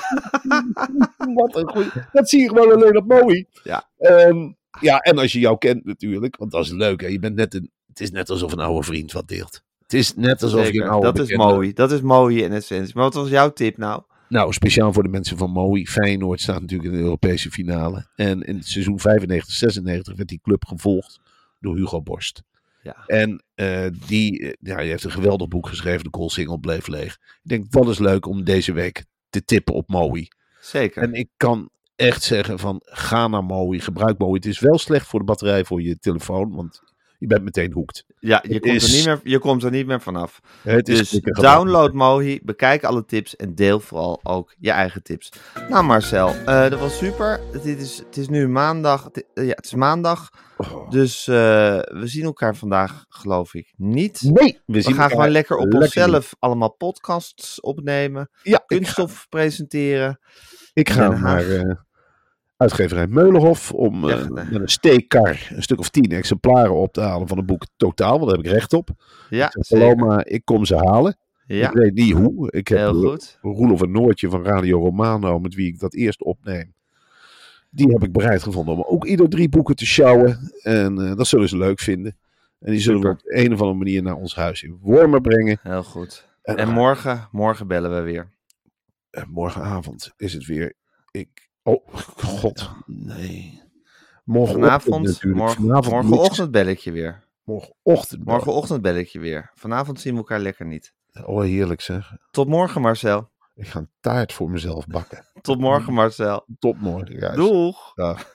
Speaker 6: wat een goeie... Dat zie je gewoon alleen op Mooi.
Speaker 4: Ja.
Speaker 6: Ehm, ja, en als je jou kent natuurlijk. Want dat is leuk, hè. Je bent net een... Het is net alsof een oude vriend wat deelt. Het is net alsof je
Speaker 4: Zeker.
Speaker 6: een oude
Speaker 4: Dat is
Speaker 6: bekende-
Speaker 4: mooi. Dat is mooi in essentie. Maar wat was jouw tip nou?
Speaker 6: Nou, speciaal voor de mensen van Mooi. Feyenoord staat natuurlijk in de Europese finale. En in het seizoen vijfennegentig zesennegentig werd die club gevolgd door Hugo Borst.
Speaker 4: Ja.
Speaker 6: En uh, die, uh, ja, die heeft een geweldig boek geschreven. De goalsingel bleef leeg. Ik denk, dat is leuk om deze week te tippen op Mooi.
Speaker 4: Zeker.
Speaker 6: En ik kan echt zeggen van, ga naar Mooi. Gebruik Mooi. Het is wel slecht voor de batterij voor je telefoon. Want je bent meteen hoekt.
Speaker 4: Ja, je
Speaker 6: Het
Speaker 4: komt,
Speaker 6: is-
Speaker 4: er niet meer, je komt er niet meer vanaf.
Speaker 6: Het is
Speaker 4: Dus
Speaker 6: klikken gewoon.
Speaker 4: download Mohi, bekijk alle tips en deel vooral ook je eigen tips. Nou Marcel, eh, dat was super. Het is, het is nu maandag. Het, ja, het is maandag.
Speaker 6: Oh.
Speaker 4: Dus eh, we zien elkaar vandaag geloof ik niet.
Speaker 6: Nee,
Speaker 4: We
Speaker 6: zien
Speaker 4: gaan
Speaker 6: elkaar
Speaker 4: gewoon lekker op
Speaker 6: lekker
Speaker 4: onszelf allemaal podcasts opnemen.
Speaker 6: doen. Ja, ik ga,
Speaker 4: Kunststof presenteren.
Speaker 6: ik ga
Speaker 4: Den Haag.
Speaker 6: naar uh, uitgeverij Meulenhof om uh,
Speaker 4: Ja, gedaan.
Speaker 6: met een steekkar een stuk of tien exemplaren op te halen van het boek Totaal. Want daar heb ik recht op.
Speaker 4: Ja,
Speaker 6: Ik zeg,
Speaker 4: zeker.
Speaker 6: Paloma, ik kom ze halen.
Speaker 4: Ja,
Speaker 6: Ik weet niet hoe. Ik heb
Speaker 4: heel
Speaker 6: Ro-
Speaker 4: goed.
Speaker 6: Roelof en Noortje van Radio Romano, met wie ik dat eerst opneem. Die heb ik bereid gevonden om ook ieder drie boeken te sjouwen. En uh, dat zullen ze leuk vinden. En die zullen we
Speaker 4: Super.
Speaker 6: op een of andere manier naar ons huis in Wormer brengen.
Speaker 4: Heel goed.
Speaker 6: En,
Speaker 4: En morgen, morgen bellen we weer.
Speaker 6: uh, morgenavond is het weer. Ik. Oh, god. Nee. Morgenochtend
Speaker 4: Vanavond,
Speaker 6: natuurlijk.
Speaker 4: morgen,
Speaker 6: Vanavond
Speaker 4: morgenochtend bel ik je weer.
Speaker 6: niks. Morgenochtend.
Speaker 4: Morgenochtend bel ik je weer. Vanavond zien we elkaar lekker niet.
Speaker 6: Oh, heerlijk zeg.
Speaker 4: Tot morgen Marcel.
Speaker 6: Ik ga een taart voor mezelf bakken.
Speaker 4: Tot morgen Marcel.
Speaker 6: Tot morgen. Juist.
Speaker 4: Doeg.
Speaker 6: Dag.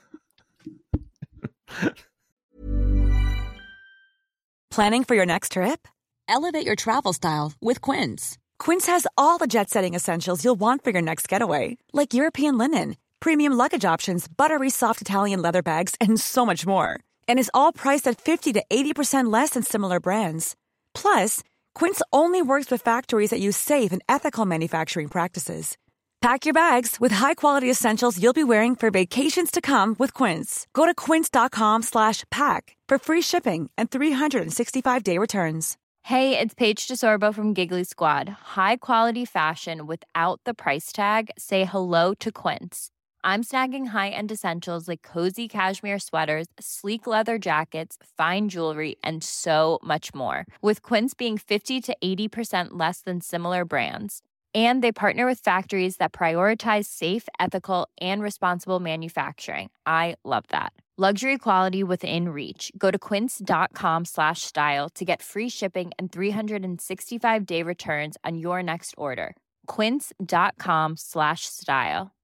Speaker 7: Planning for your next trip?
Speaker 3: Elevate your travel style with Quince.
Speaker 7: Quince has all the jet-setting essentials you'll want for your next getaway, like European linen, premium luggage options, buttery soft Italian leather bags, and so much more. And is all priced at fifty to eighty percent less than similar brands. Plus, Quince only works with factories that use safe and ethical manufacturing practices. Pack your bags with high-quality essentials you'll be wearing for vacations to come with Quince. Go to quince.com slash pack for free shipping and three sixty-five day returns.
Speaker 8: Hey, it's Paige DeSorbo from Giggly Squad. High quality fashion without the price tag. Say hello to Quince. I'm snagging high-end essentials like cozy cashmere sweaters, sleek leather jackets, fine jewelry, and so much more. With Quince being fifty to eighty percent less than similar brands. And they partner with factories that prioritize safe, ethical, and responsible manufacturing. I love that. Luxury quality within reach. Go to quince.com slash style to get free shipping and three sixty-five day returns on your next order. Quince.com slash style.